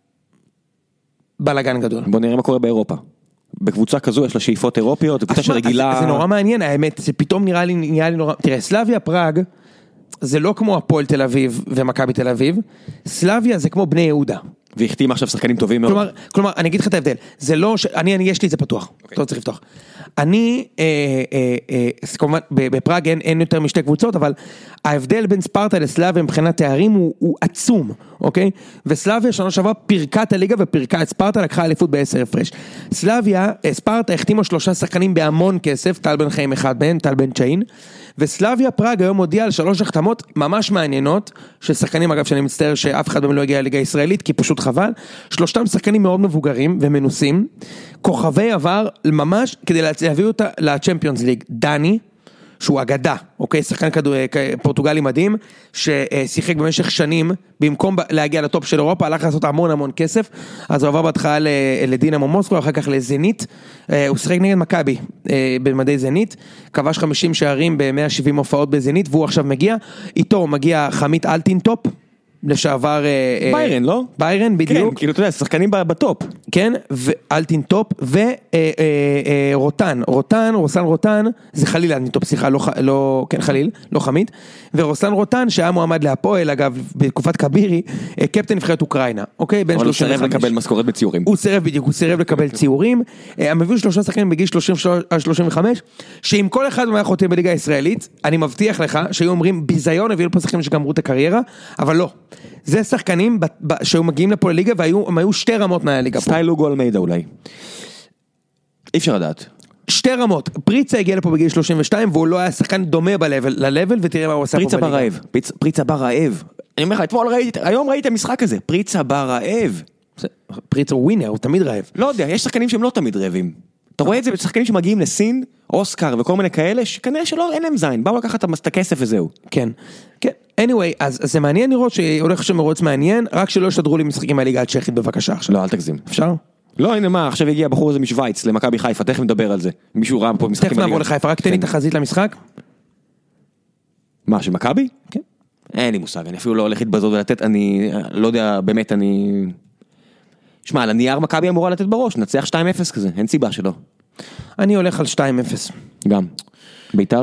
בלגן גדול. בוא נראה מה קורה באירופה. בקבוצה כזו יש לה שאיפות אירופיות, קבוצה שרגילה... זה נורא מעניין, האמת, זה פתאום נראה לי, נראה לי נורא... תראה, סלאביה פראג, זה לא כמו הפועל תל אביב ומכבי תל אביב, סלאביה זה כמו בני יהודה. והחתים עכשיו שחקנים טובים מאוד. כלומר, כלומר, אני אגיד לך את ההבדל, זה לא ש... אני, אני, יש לי את זה פתוח, אתה לא צריך לפתוח. אני, אה, אה, אה, כמובן, בפראג אין, אין יותר משתי קבוצות, אבל ההבדל בין ספרטה לסלאביה מבחינת תארים הוא, הוא עצום, אוקיי? וסלאביה שנה שעברה פירקה את הליגה ופרקה את ספרטה, לקחה אליפות בעשר הפרש. סלאביה, ספרטה החתימו שלושה שחקנים בהמון כסף, טל בן חיים אחד בן, טל בן צ'יין, וסלאביה פראג היום הודיע על שלוש החתמות ממש מעניינות, של שחקנים אגב שאני מצטער שאף אחד מהם לא הגיע לליגה הישראלית, כי פשוט חבל, שלושתם שחקנים מאוד מבוגרים ומנוסים, כוכבי עבר ממש כדי להביא אותה לצ'מפיונס ליג, דני, שהוא אגדה, אוקיי, שחקן כדור, פורטוגלי מדהים, ששיחק במשך שנים, במקום להגיע לטופ של אירופה, הלך לעשות המון המון כסף, אז הוא עבר בהתחלה לדינמו מוסקו, אחר כך לזנית, הוא שיחק נגד מכבי, במדי זנית, כבש חמישים שערים ב-מאה ושבעים הופעות בזנית, והוא עכשיו מגיע, איתו מגיע חמית אלטינטופ, לשעבר... ביירן, לא? ביירן, בדיוק. כן, כאילו, אתה יודע, שחקנים בטופ. כן, ואלטינטופ, ורוטן, רוטן, רוסן רוטן, זה חליל אלטינטופ, סליחה, לא, כן, חליל, לא חמית, ורוסן רוטן, שהיה מועמד להפועל, אגב, בתקופת קבירי, קפטן נבחרת אוקראינה, אוקיי? אבל הוא סירב לקבל משכורת בציורים. הוא סירב בדיוק, הוא סירב לקבל ציורים, הם הביאו שלושה שחקנים בגיל שלושים עד שלושים וחמש, שאם כל אחד מהם חותם בליגה הישראלית, אני מבטיח לך שהיו אומרים ביזיון, הביאו פה שחקנים שגמרו את הקריירה, אבל לא. זה שחקנים שהיו מגיעים לפה לליגה, והם היו שתי רמות מהליגה פה. סטייל לוגו אלמיידה אולי. אי אפשר לדעת. שתי רמות. פריצה הגיע לפה בגיל שלושים ושתיים, והוא לא היה שחקן דומה ב-level, ותראה מה הוא עשה פה בליגה. פריצה ברעב. פריצה ברעב. אני אומר לך, אתמול ראיתי, היום ראיתי המשחק הזה. פריצה ברעב. פריצה הוא ווינר, הוא תמיד רעב. לא יודע, יש שחקנים שהם לא תמיד רעבים. אתה רואה את זה בשחקנים שמגיעים לסין, אוסקר וכל מיני כאלה, שכנראה שלא, אין להם זין, באו לקחת את הכסף וזהו. כן, כן. anyway, אז זה מעניין לראות שהולך שם מרוץ מעניין, רק שלא ישדרו לי משחקים מהליגה הצ'כית בבקשה עכשיו. לא, אל תגזים. אפשר? לא, הנה מה, עכשיו הגיע בחור הזה משוויץ, למכבי חיפה, תכף נדבר על זה. מישהו ראה פה משחקים תכף נעבור לחיפה, רק תן לי תחזית למשחק. מה, של מכבי? כן. אין לי מושג, אני אפילו לא הולך להתבזות ולתת, אני לא יודע, באמת, אני... שמע, על הנייר מכבי אמורה לתת בראש, נצח שתיים אפס כזה, אין סיבה שלא. אני הולך על שתיים אפס. גם. ביתר?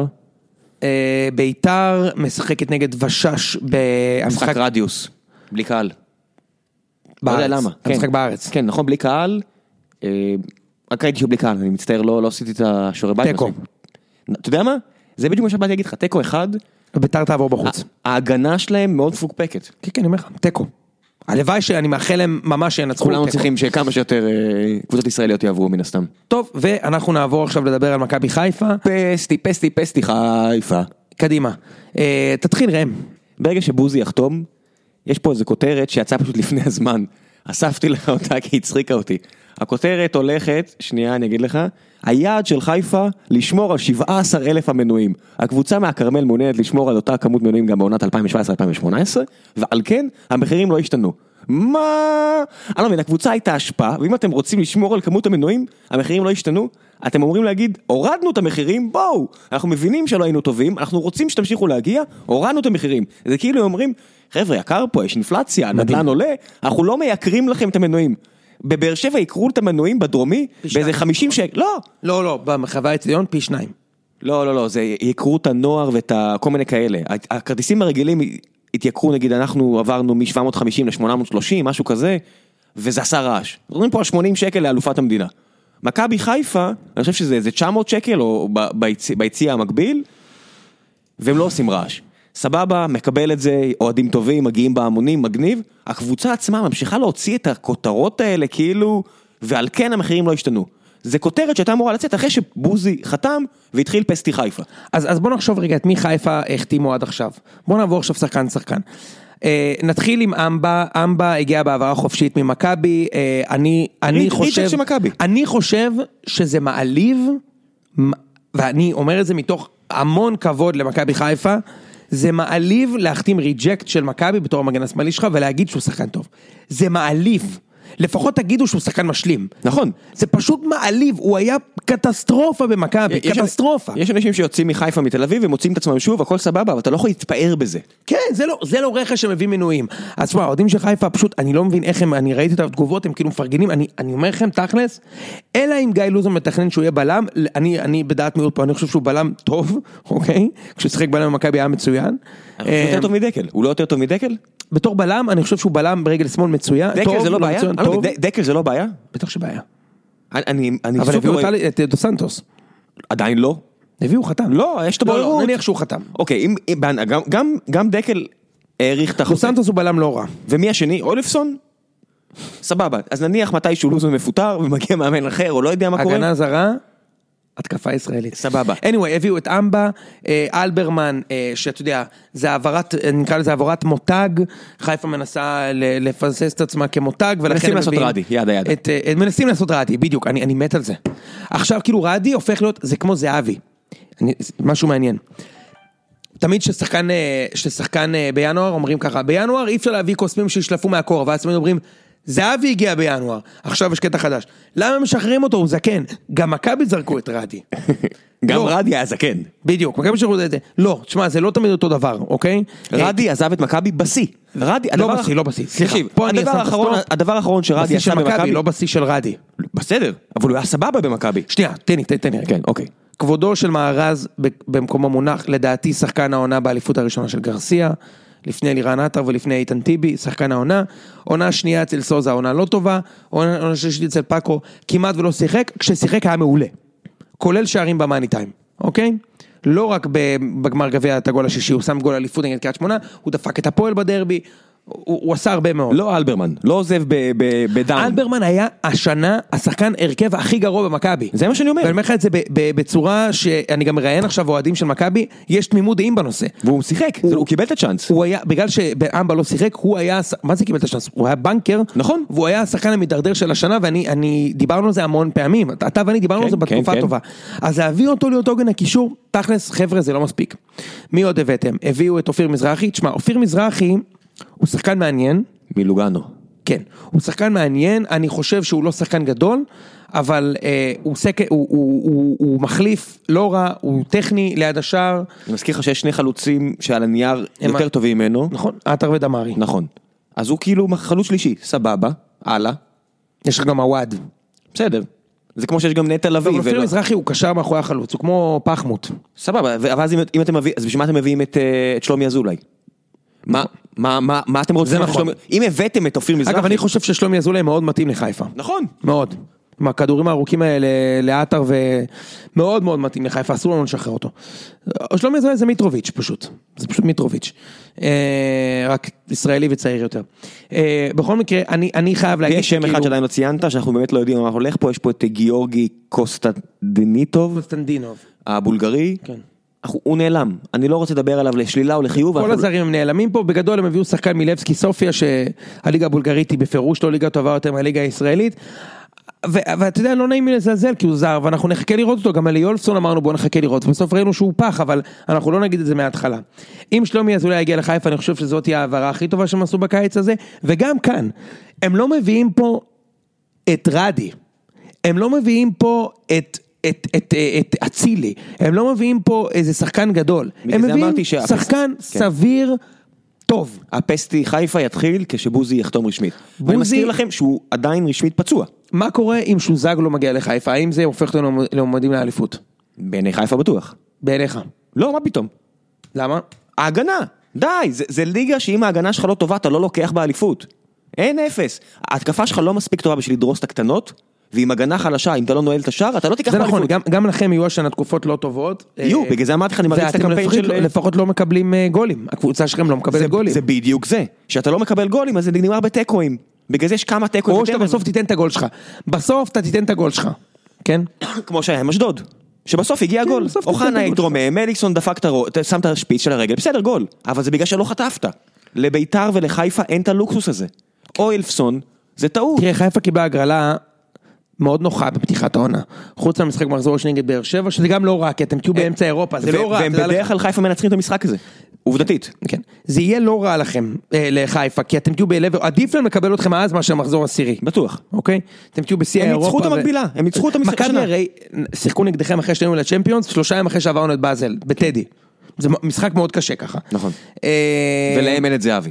ביתר משחקת נגד ושש במשחק רדיוס, בלי קהל. לא יודע למה. המשחק בארץ. כן, נכון, בלי קהל. רק ראיתי שהוא בלי קהל, אני מצטער, לא עשיתי את השורי בית. טקו. אתה יודע מה? זה בדיוק מה שבאתי להגיד לך, טקו אחד. ביתר תעבור בחוץ. ההגנה שלהם מאוד פוקפקת. כן, כן, אני אומר לך, טקו. הלוואי שאני מאחל להם ממש שינצחו. כולנו צריכים שכמה שיותר קבוצות ישראליות יעברו מן הסתם. טוב, ואנחנו נעבור עכשיו לדבר על מכבי חיפה. פסטי, פסטי, פסטי חיפה. קדימה. תתחיל ראם. ברגע שבוזי יחתום, יש פה איזו כותרת שיצאה פשוט לפני הזמן. אספתי לך אותה כי הצחיקה אותי. הכותרת הולכת, שנייה אני אגיד לך, היעד של חיפה לשמור על שבעה עשר אלף המנויים. הקבוצה מהקרמל מעוניינת לשמור על אותה כמות מנויים גם בעונת אלפיים שבע עשרה אלפיים שמונה עשרה, ועל כן המחירים לא השתנו. מה? אני לא מבין, הקבוצה הייתה השפעה, ואם אתם רוצים לשמור על כמות המנויים, המחירים לא השתנו, אתם אומרים להגיד, הורדנו את המחירים, בואו, אנחנו מבינים שלא היינו טובים, אנחנו רוצים שתמשיכו להגיע, הורדנו את המחירים. זה כאילו אומרים, חבר'ה, יקר פה, יש אינפלציה, נדל"ן עולה, אנחנו לא מייקרים לכם את המנויים. בבאר שבע יקרו את המנויים בדרומי, באיזה חמישים שקל, לא. לא, לא, בחווה אצטדיון פי שניים. לא, לא, לא, זה יקרו את הנוער ואת כל מיני כאלה. הכרטיסים הרגילים התייקרו, נגיד, אנחנו עברנו מ-שבע מאות וחמישים ל-שמונה מאות ושלושים, משהו כזה, וזה עשה רעש. מדברים פה על שמונים שקל לאלופת המדינה. מכבי חיפה, אני חושב שזה איזה תשע מאות שקל, או ביציע המקביל, והם לא עושים רעש. סבבה, מקבל את זה, אוהדים טובים, מגיעים בהמונים, מגניב. הקבוצה עצמה ממשיכה להוציא את הכותרות האלה, כאילו, ועל כן המחירים לא השתנו. זה כותרת שהייתה אמורה לצאת אחרי שבוזי חתם, והתחיל פסטי חיפה. אז, אז בוא נחשוב רגע את מי חיפה החתימו עד עכשיו. בוא נעבור עכשיו שחקן שחקן. אה, נתחיל עם אמבה, אמבה הגיע בעברה חופשית ממכבי, אה, אני, אני ריד, חושב, אני חושב שזה מעליב, ואני אומר את זה מתוך המון כבוד למכבי חיפה, זה מעליב להחתים ריג'קט של מכבי בתור המגן השמאלי שלך ולהגיד שהוא שחקן טוב. זה מעליב. לפחות תגידו שהוא שחקן משלים. נכון. זה פשוט מעליב, הוא היה קטסטרופה במכבי, קטסטרופה. יש אנשים שיוצאים מחיפה מתל אביב ומוצאים את עצמם שוב, הכל סבבה, אבל אתה לא יכול להתפאר בזה. כן, זה לא, זה לא רכש שמביא מנויים. אז מה, העודים של חיפה פשוט, אני לא מבין איך הם, אני ראיתי את התגובות, הם כאילו מפרגנים, אני, אני אומר לכם תכלס, אלא אם גיא לוזון מתכנן שהוא יהיה בלם, אני, אני בדעת מיעוט פה, אני חושב שהוא בלם טוב, אוקיי? כששחק בלם במכבי היה מצוין. הוא יותר טוב מדקל, הוא לא יותר טוב מדקל? בתור בלם, אני חושב שהוא בלם ברגל שמאל מצוין. דקל זה לא בעיה? דקל זה לא בעיה? בטח שבעיה. אבל הביאו את דו סנטוס. עדיין לא. הביאו חתם. לא, יש את הברירות. נניח שהוא חתם. אוקיי, גם דקל העריך את החוזה. דו סנטוס הוא בלם לא רע. ומי השני? אוליפסון? סבבה. אז נניח מתי שהוא לוזון מפוטר ומגיע מאמן אחר, או לא יודע מה קורה. הגנה זרה. התקפה ישראלית. סבבה. anyway, הביאו את אמבה, אלברמן, שאתה יודע, זה העברת, נקרא לזה העברת מותג, חיפה מנסה לפסס את עצמה כמותג, מנסים לעשות רדי, ידה ידה. מנסים לעשות רדי, בדיוק, אני מת על זה. עכשיו, כאילו, רדי הופך להיות, זה כמו זהבי. משהו מעניין. תמיד ששחקן, ששחקן בינואר, אומרים ככה, בינואר אי אפשר להביא קוסמים שישלפו מהקור, ואז תמיד אומרים, זהבי הגיע בינואר, עכשיו יש קטע חדש. למה משחררים אותו? הוא זקן. גם מכבי זרקו את רדי. גם רדי היה זקן. בדיוק, מכבי זרקו את זה. לא, תשמע, זה לא תמיד אותו דבר, אוקיי? רדי עזב את מכבי בסי. רדי, לא בסי, לא בסי. סליחה, פה אני אסף הסטור. הדבר האחרון שרדי עשה במכבי. לא בסי של רדי. בסדר, אבל הוא היה סבבה במכבי. שנייה, תן לי, תן לי. כן, אוקיי. כבודו של מארז במקום המונח, לדעתי שחקן העונה באליפות הראשונה של גרסיה. לפני לירן עטר ולפני איתן טיבי, שחקן העונה, עונה שנייה אצל סוזה, עונה לא טובה, עונה שלישית אצל פאקו, כמעט ולא שיחק, כששיחק היה מעולה, כולל שערים במאני טיים, אוקיי? לא רק בגמר גביע את הגול השישי, הוא שם גול אליפות נגד קריית שמונה, הוא דפק את הפועל בדרבי, הוא, הוא עשה הרבה מאוד. לא אלברמן, לא עוזב בדאון. אלברמן היה השנה השחקן הרכב הכי גרוע במכבי. זה מה שאני אומר. ואני אומר לך את זה בצורה שאני גם מראיין עכשיו אוהדים של מכבי, יש תמימות דעים בנושא. והוא שיחק, הוא, הוא קיבל את הצ'אנס. הוא היה, בגלל שאמבה לא שיחק, הוא היה, מה זה קיבל את הצ'אנס? הוא היה בנקר. נכון. והוא היה השחקן המדרדר של השנה, ואני, אני, דיברנו על זה המון פעמים. אתה ואני דיברנו על זה בתקופה טובה. אז להביא אותו להיות עוגן הקישור, תכלס, חבר'ה, זה לא מספיק. מי עוד הבאתם? הביאו את אופיר מזרחי. תשמע, אופיר מזרחי הוא שחקן מעניין. מלוגנו. כן, הוא שחקן מעניין, אני חושב שהוא לא שחקן גדול, אבל אה, הוא, סק... הוא, הוא, הוא, הוא מחליף לא רע, הוא טכני ליד השער. אני מזכיר לך שיש שני חלוצים שעל הנייר יותר מה... טובים ממנו. נכון, עטר ודמרי. נכון. אז הוא כאילו חלוץ שלישי, סבבה, הלאה. יש לך גם הוואד. בסדר. זה כמו שיש גם נטע לביא. אבל אופיר מזרחי הוא קשר מאחורי החלוץ, הוא כמו פחמות. סבבה, אבל אז אם אתם מביאים, אז בשביל מה אתם מביאים את שלומי אזולאי? מה, מה, מה, מה אתם רוצים? נכון. אם הבאתם את אופיר מזרחי... אגב, אני חושב ששלומי אזולאי מאוד מתאים לחיפה. נכון. מאוד. עם הכדורים הארוכים האלה לאתר ומאוד מאוד מתאים לחיפה, אסור לנו לשחרר אותו. שלומי אזולאי זה מיטרוביץ' פשוט, זה פשוט מיטרוביץ', רק ישראלי וצעיר יותר. בכל מקרה, אני, אני חייב להגיד... יש שם אחד שעדיין לא ציינת, שאנחנו באמת לא יודעים מה הולך פה, יש פה את גיאורגי קוסטנדינוב, קוסטנדינוב, הבולגרי, כן. הוא נעלם, אני לא רוצה לדבר עליו לשלילה או לחיוב. כל הזרים הם נעלמים פה, בגדול הם הביאו שחקן מילבסקי סופיה, שהליגה הבולגרית היא בפירוש לא ליגה טובה יותר מהליגה הישראלית, ואתה יודע, לא נעים לי לזלזל כי הוא זר, ואנחנו נחכה לראות אותו, גם אלי יולפסון אמרנו בוא נחכה לראות, ובסוף ראינו שהוא פח, אבל אנחנו לא נגיד את זה מההתחלה. אם שלומי אזולאי יגיע לחיפה, אני חושב שזאת תהיה העברה הכי טובה שהם עשו בקיץ הזה, וגם כאן, הם לא מביאים פה את רדי, הם לא מביאים פה את את, את, את אצילי, הם לא מביאים פה איזה שחקן גדול, הם מביאים שחקן סביר טוב. הפסטי חיפה יתחיל כשבוזי יחתום רשמית. ואני מזכיר לכם שהוא עדיין רשמית פצוע. מה קורה אם שוזג לא מגיע לחיפה? האם זה הופך אותנו למועמדים לאליפות? בעיני חיפה בטוח. בעיניך? לא, מה פתאום? למה? ההגנה, די, זה, זה ליגה שאם ההגנה שלך לא טובה, אתה לא לוקח באליפות. אין אפס. ההתקפה שלך לא מספיק טובה בשביל לדרוס את הקטנות, ועם הגנה חלשה, אם אתה לא נועל את השאר, אתה לא תיקח באליפות. זה נכון, גם, גם לכם יהיו השנה תקופות לא טובות. יהיו, בגלל זה אמרתי לך, אני מריץ את הקמפיין של... לפחות לא מקבלים גולים, הקבוצה שלכם לא מקבלת גולים. זה בדיוק זה, שאתה לא מקבל גולים, אז זה נגמר בטקואים. בגלל זה יש כמה טקואים. או שאתה בסוף תיתן את הגול שלך. בסוף אתה תיתן את הגול שלך. כן? כמו שהיה עם אשדוד. שבסוף הגיע גול. אוחנה התרומם, אליקסון דפק את הראש, שם את השפיץ של הרגל, בסדר, גול. אבל זה בגלל שלא חטפת. לביתר ולחיפה אין את הלוקסוס הזה. או אלפסון, זה טעות. תראה, חיפה קיבלה הגרלה מאוד נוחה בפתיחת העונה. חוץ מהמשחק מחזור שני נגד באר שבע, שזה גם לא רע, כי אתם תהיו באמצע אירופה, זה לא רע. והם בדרך כלל חיפה מנצחים את המשחק הזה. עובדתית. כן. זה יהיה לא רע לכם, לחיפה, כי אתם תהיו בלב, עדיף להם לקבל אתכם אז מאשר מחזור עשירי. בטוח. אוקיי? אתם תהיו בשיא האירופה. הם ניצחו את המקבילה, הם ניצחו את המשחק שנה. מכבי הרי שיחקו נגדכם אחרי שתהיינו לצ'מפיונס, שלושה ימים אחרי שעברנו את באזל, בטדי. זה משחק מאוד קשה ככה. נכון. ולהם אין את זהבי.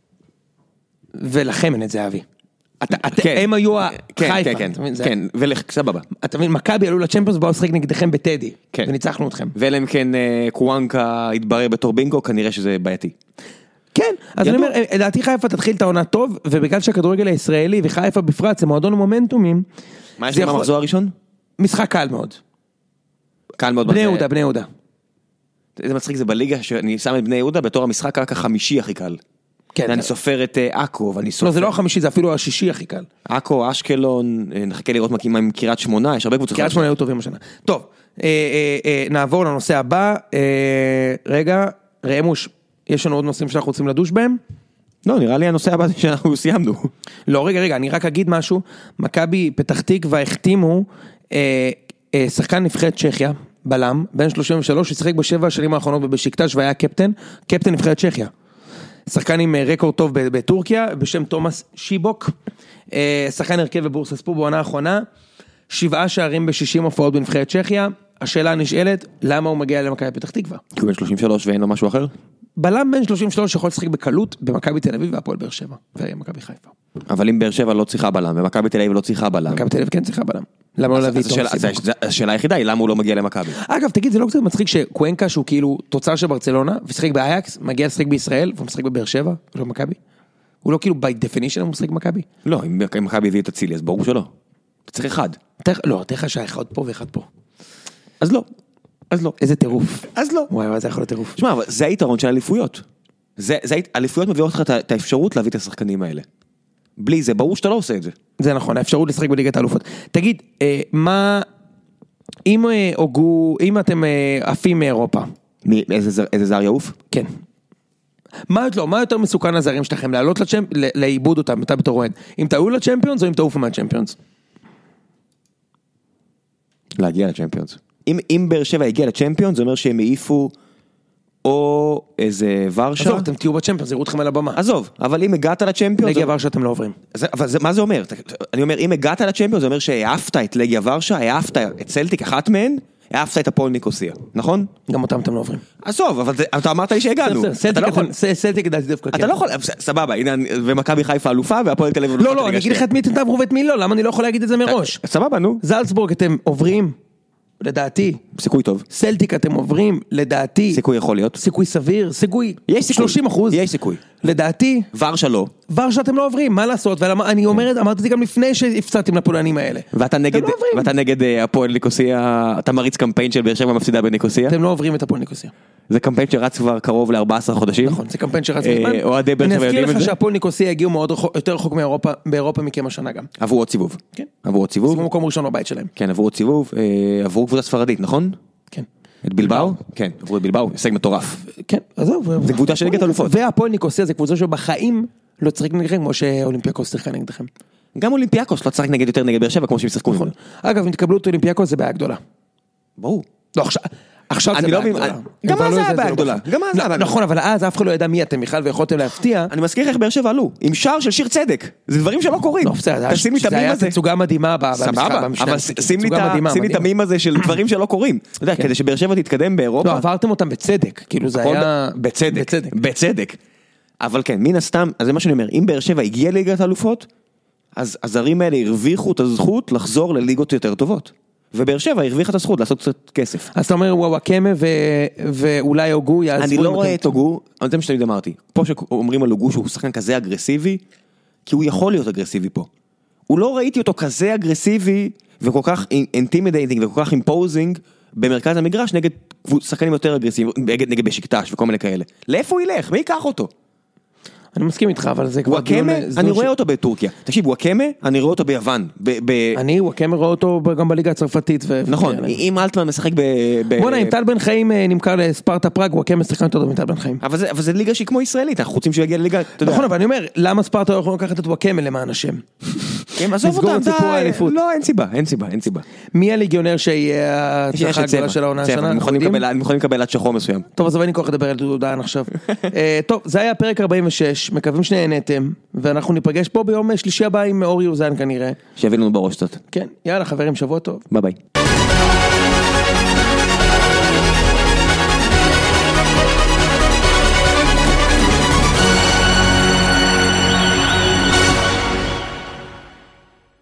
ולכם אין את זהבי. הם היו חיפה, כן, כן, סבבה. אתה מבין, מכבי עלו לצ'מפיונס, באו לשחק נגדכם בטדי, וניצחנו אתכם. ואלם כן קוואנקה התברר בתור בינגו, כנראה שזה בעייתי. כן, אז אני אומר, לדעתי חיפה תתחיל את העונה טוב, ובגלל שהכדורגל הישראלי וחיפה בפרט, זה מועדון מומנטומים. מה יש לך במחזור הראשון? משחק קל מאוד. קל מאוד. בני יהודה, בני יהודה. זה מצחיק, זה בליגה שאני שם את בני יהודה בתור המשחק רק החמישי הכי קל. כן, אני סופר את אקו, ואני סופר... לא, זה לא החמישי, זה אפילו השישי הכי קל. אקו, אשקלון, נחכה לראות מה עם קריית שמונה, יש הרבה קבוצות. קריית שמונה היו טובים השנה. טוב, נעבור לנושא הבא. רגע, רעמוש, יש לנו עוד נושאים שאנחנו רוצים לדוש בהם? לא, נראה לי הנושא הבא שאנחנו סיימנו. לא, רגע, רגע, אני רק אגיד משהו. מכבי פתח תקווה החתימו שחקן נבחרת צ'כיה, בלם, בן שלושים ושלוש, ששיחק בשבע השנים האחרונות בבשיקטש והיה קפטן, קפטן נבחרת צ'כיה. שחקן עם רקורד טוב בטורקיה, בשם תומאס שיבוק, שחקן הרכב בבורסה ספור בעונה האחרונה, שבעה שערים ב-שישים הופעות בנבחרת צ'כיה, השאלה נשאלת, למה הוא מגיע למכבי פתח תקווה? כי הוא בן שלושים ושלוש ואין לו משהו אחר? בלם בן שלושים ושלוש יכול לשחק בקלות במכבי תל אביב והפועל באר שבע, ומכבי חיפה. אבל אם באר שבע לא צריכה בלם, ומכבי תל אביב לא צריכה בלם. מכבי תל אביב כן צריכה בלם. למה לא להביא תומאס שיבוק? השאלה היחידה היא למה הוא לא מגיע למכבי. אגב, תגיד, זה לא קצת מצחיק שקוונקה שהוא כאילו תוצר של ברצלונה, ושחק באייקס, מגיע לשחק בישראל, והוא משחק בבאר שבע, ולא במכבי? הוא לא כאילו by definition הוא משחק במכבי? לא, אם מכבי הביא את אצילי, אז ברור שלא. אתה צריך אחד. לא, תראה לך שאחד פה ואחד פה. אז לא. אז לא. איזה טירוף. אז לא. וואי, זה יכול להיות טירוף. תשמע, אבל זה היתרון של אליפויות. זה, זה, אליפויות מביאות לך את האפשרות להביא את השחקנים האלה. בלי זה, ברור שאתה לא עושה את זה. זה נכון, האפשרות לשחק בליגת האלופות. תגיד, אה, מה, אם אה, הוגו, אם אתם אה, עפים מאירופה. איזה, איזה זר יעוף? כן. מה, לא, מה יותר מסוכן הזרים שלכם? לעלות לצ'מפ, לאיבוד אותם, אתה בתור רועד. אם תעלו לצ'מפיונס או אם תעופו מהצ'מפיונס? להגיע לצ'מפיונס. אם, אם באר שבע הגיע לצ'מפיונס, זה אומר שהם העיפו או איזה ורשה. עזוב, אתם תהיו בצ'מפיונס, יראו אתכם על הבמה. עזוב, אבל אם הגעת לצ'מפיונס... לגיה ורשה אתם לא עוברים. זה, אבל זה, מה זה אומר? אני אומר, אם הגעת לצ'מפיונס, זה אומר שהעפת את לגיה ורשה, העפת את סלטיק, אחת מהן, העפת את הפועל ניקוסיה, נכון? גם אותם אתם לא עוברים. עזוב, אבל אתה אמרת לי שהגענו. סלטיק ידעתי דווקא. אתה לא יכול, סבבה, הנה, ומכבי חיפה אלופה, והפועל תל אביב... לא, לא, אני אגיד לך את מי אתם תעברו ואת מי לא, למה אני לא יכול להגיד את זה מראש? סבבה, נו. זלצבורג אתם עוברים, לדעתי. סיכוי טוב. סלטיק אתם עוברים, לדעתי. סיכוי יכול להיות. סיכוי סביר, סיכוי. יש סיכוי. שלושים אחוז. יש סיכוי. לדעתי. ורשה לא. דבר שאתם לא עוברים, מה לעשות? ואני אומרת, אמרתי את זה גם לפני שהפצעתם לפולנים האלה. ואתה נגד, ואתה נגד הפועל ניקוסיה, אתה מריץ קמפיין של באר שבע מפסידה בניקוסיה? אתם לא עוברים את הפועל ניקוסיה. זה קמפיין שרץ כבר קרוב ל-ארבעה עשר חודשים. נכון, זה קמפיין שרץ מזמן. אוהדי באר שבע יודעים את זה. אני אזכיר לך שהפועל ניקוסיה הגיעו מאוד יותר רחוק באירופה מכם השנה גם. עברו עוד סיבוב. כן. עברו עוד סיבוב. זה מקום ראשון בבית שלהם. כן, עברו עוד סיבוב. עברו קבוצה ספרדית, נכון? כן. את בלבאו? כן, עברו את בלבאו, הישג מטורף. כן, עזוב. זה קבוצה של ליגת האלופות. והפועל ניקוסיה זה קבוצה שבחיים לא תשחק נגדכם כמו שאולימפיאקוס תשחק נגדכם. גם אולימפיאקוס לא תשחק נגד יותר נגד באר שבע כמו שהם ישחקו. נכון. אגב, אם תקבלו את אולימפיאקוס זה בעיה גדולה. ברור. לא, עכשיו, עכשיו זה בעיה גדולה. גם אז זה היה בעיה גדולה. נכון, אבל אז אף אחד לא ידע מי אתם בכלל ויכולתם להפתיע. אני מזכיר איך באר שבע עלו, עם שער של שיר צדק. זה דברים שלא קורים. תשים לי את המים הזה. זה היה תצוגה מדהימה במשחק. סבבה, אבל שים לי את המים הזה של דברים שלא קורים. אתה יודע, כדי שבאר שבע תתקדם באירופה. לא, עברתם אותם בצדק. כאילו זה היה... בצדק, בצדק. אבל כן, מן הסתם, אז זה מה שאני אומר, אם באר שבע הגיע לליגת האלופות, אז הזרים האלה הרוויחו את הזכות לחזור לליגות יותר טובות. ובאר שבע הרוויחה את הזכות לעשות קצת כסף. אז אתה אומר, וואקמה ואולי אוגו יעזבו. אני לא רואה את אוגו, זה מה שאני אמרתי. פה שאומרים על אוגו שהוא שחקן כזה אגרסיבי, כי הוא יכול להיות אגרסיבי פה. הוא לא ראיתי אותו כזה אגרסיבי, וכל כך אינטימידייטינג וכל כך אימפוזינג, במרכז המגרש נגד שחקנים יותר אגרסיביים, נגד בשקטש וכל מיני כאלה. לאיפה הוא ילך? מי ייקח אותו? אני מסכים איתך, אבל זה כבר... וואקמה, אני רואה אותו בטורקיה. תקשיב, וואקמה, אני רואה אותו ביוון. אני, וואקמה רואה אותו גם בליגה הצרפתית. נכון, אם אלטמן משחק ב... בוא'נה, אם טל בן חיים נמכר לספרטה פראג, וואקמה שחקן יותר טוב מטל בן חיים. אבל זה ליגה שהיא כמו ישראלית, אנחנו רוצים שהוא יגיע לליגה... נכון, אבל אני אומר, למה ספרטה לא יכולים לקחת את וואקמה למען השם? עזוב אותם, לא, אין סיבה, אין סיבה, אין סיבה. מי הליגיונר שיהיה ההצלחה הגדולה של העונה השנה? הם יכולים לקבל עד שחור מסוים. טוב, אז אני כוח לדבר על דודו דהן עכשיו. טוב, זה היה פרק ארבעים ושש, מקווים שנהנתם, ואנחנו ניפגש פה ביום שלישי הבא עם אורי אוזן כנראה. שיביא לנו בראש קצת. כן, יאללה חברים, שבוע טוב. ביי ביי.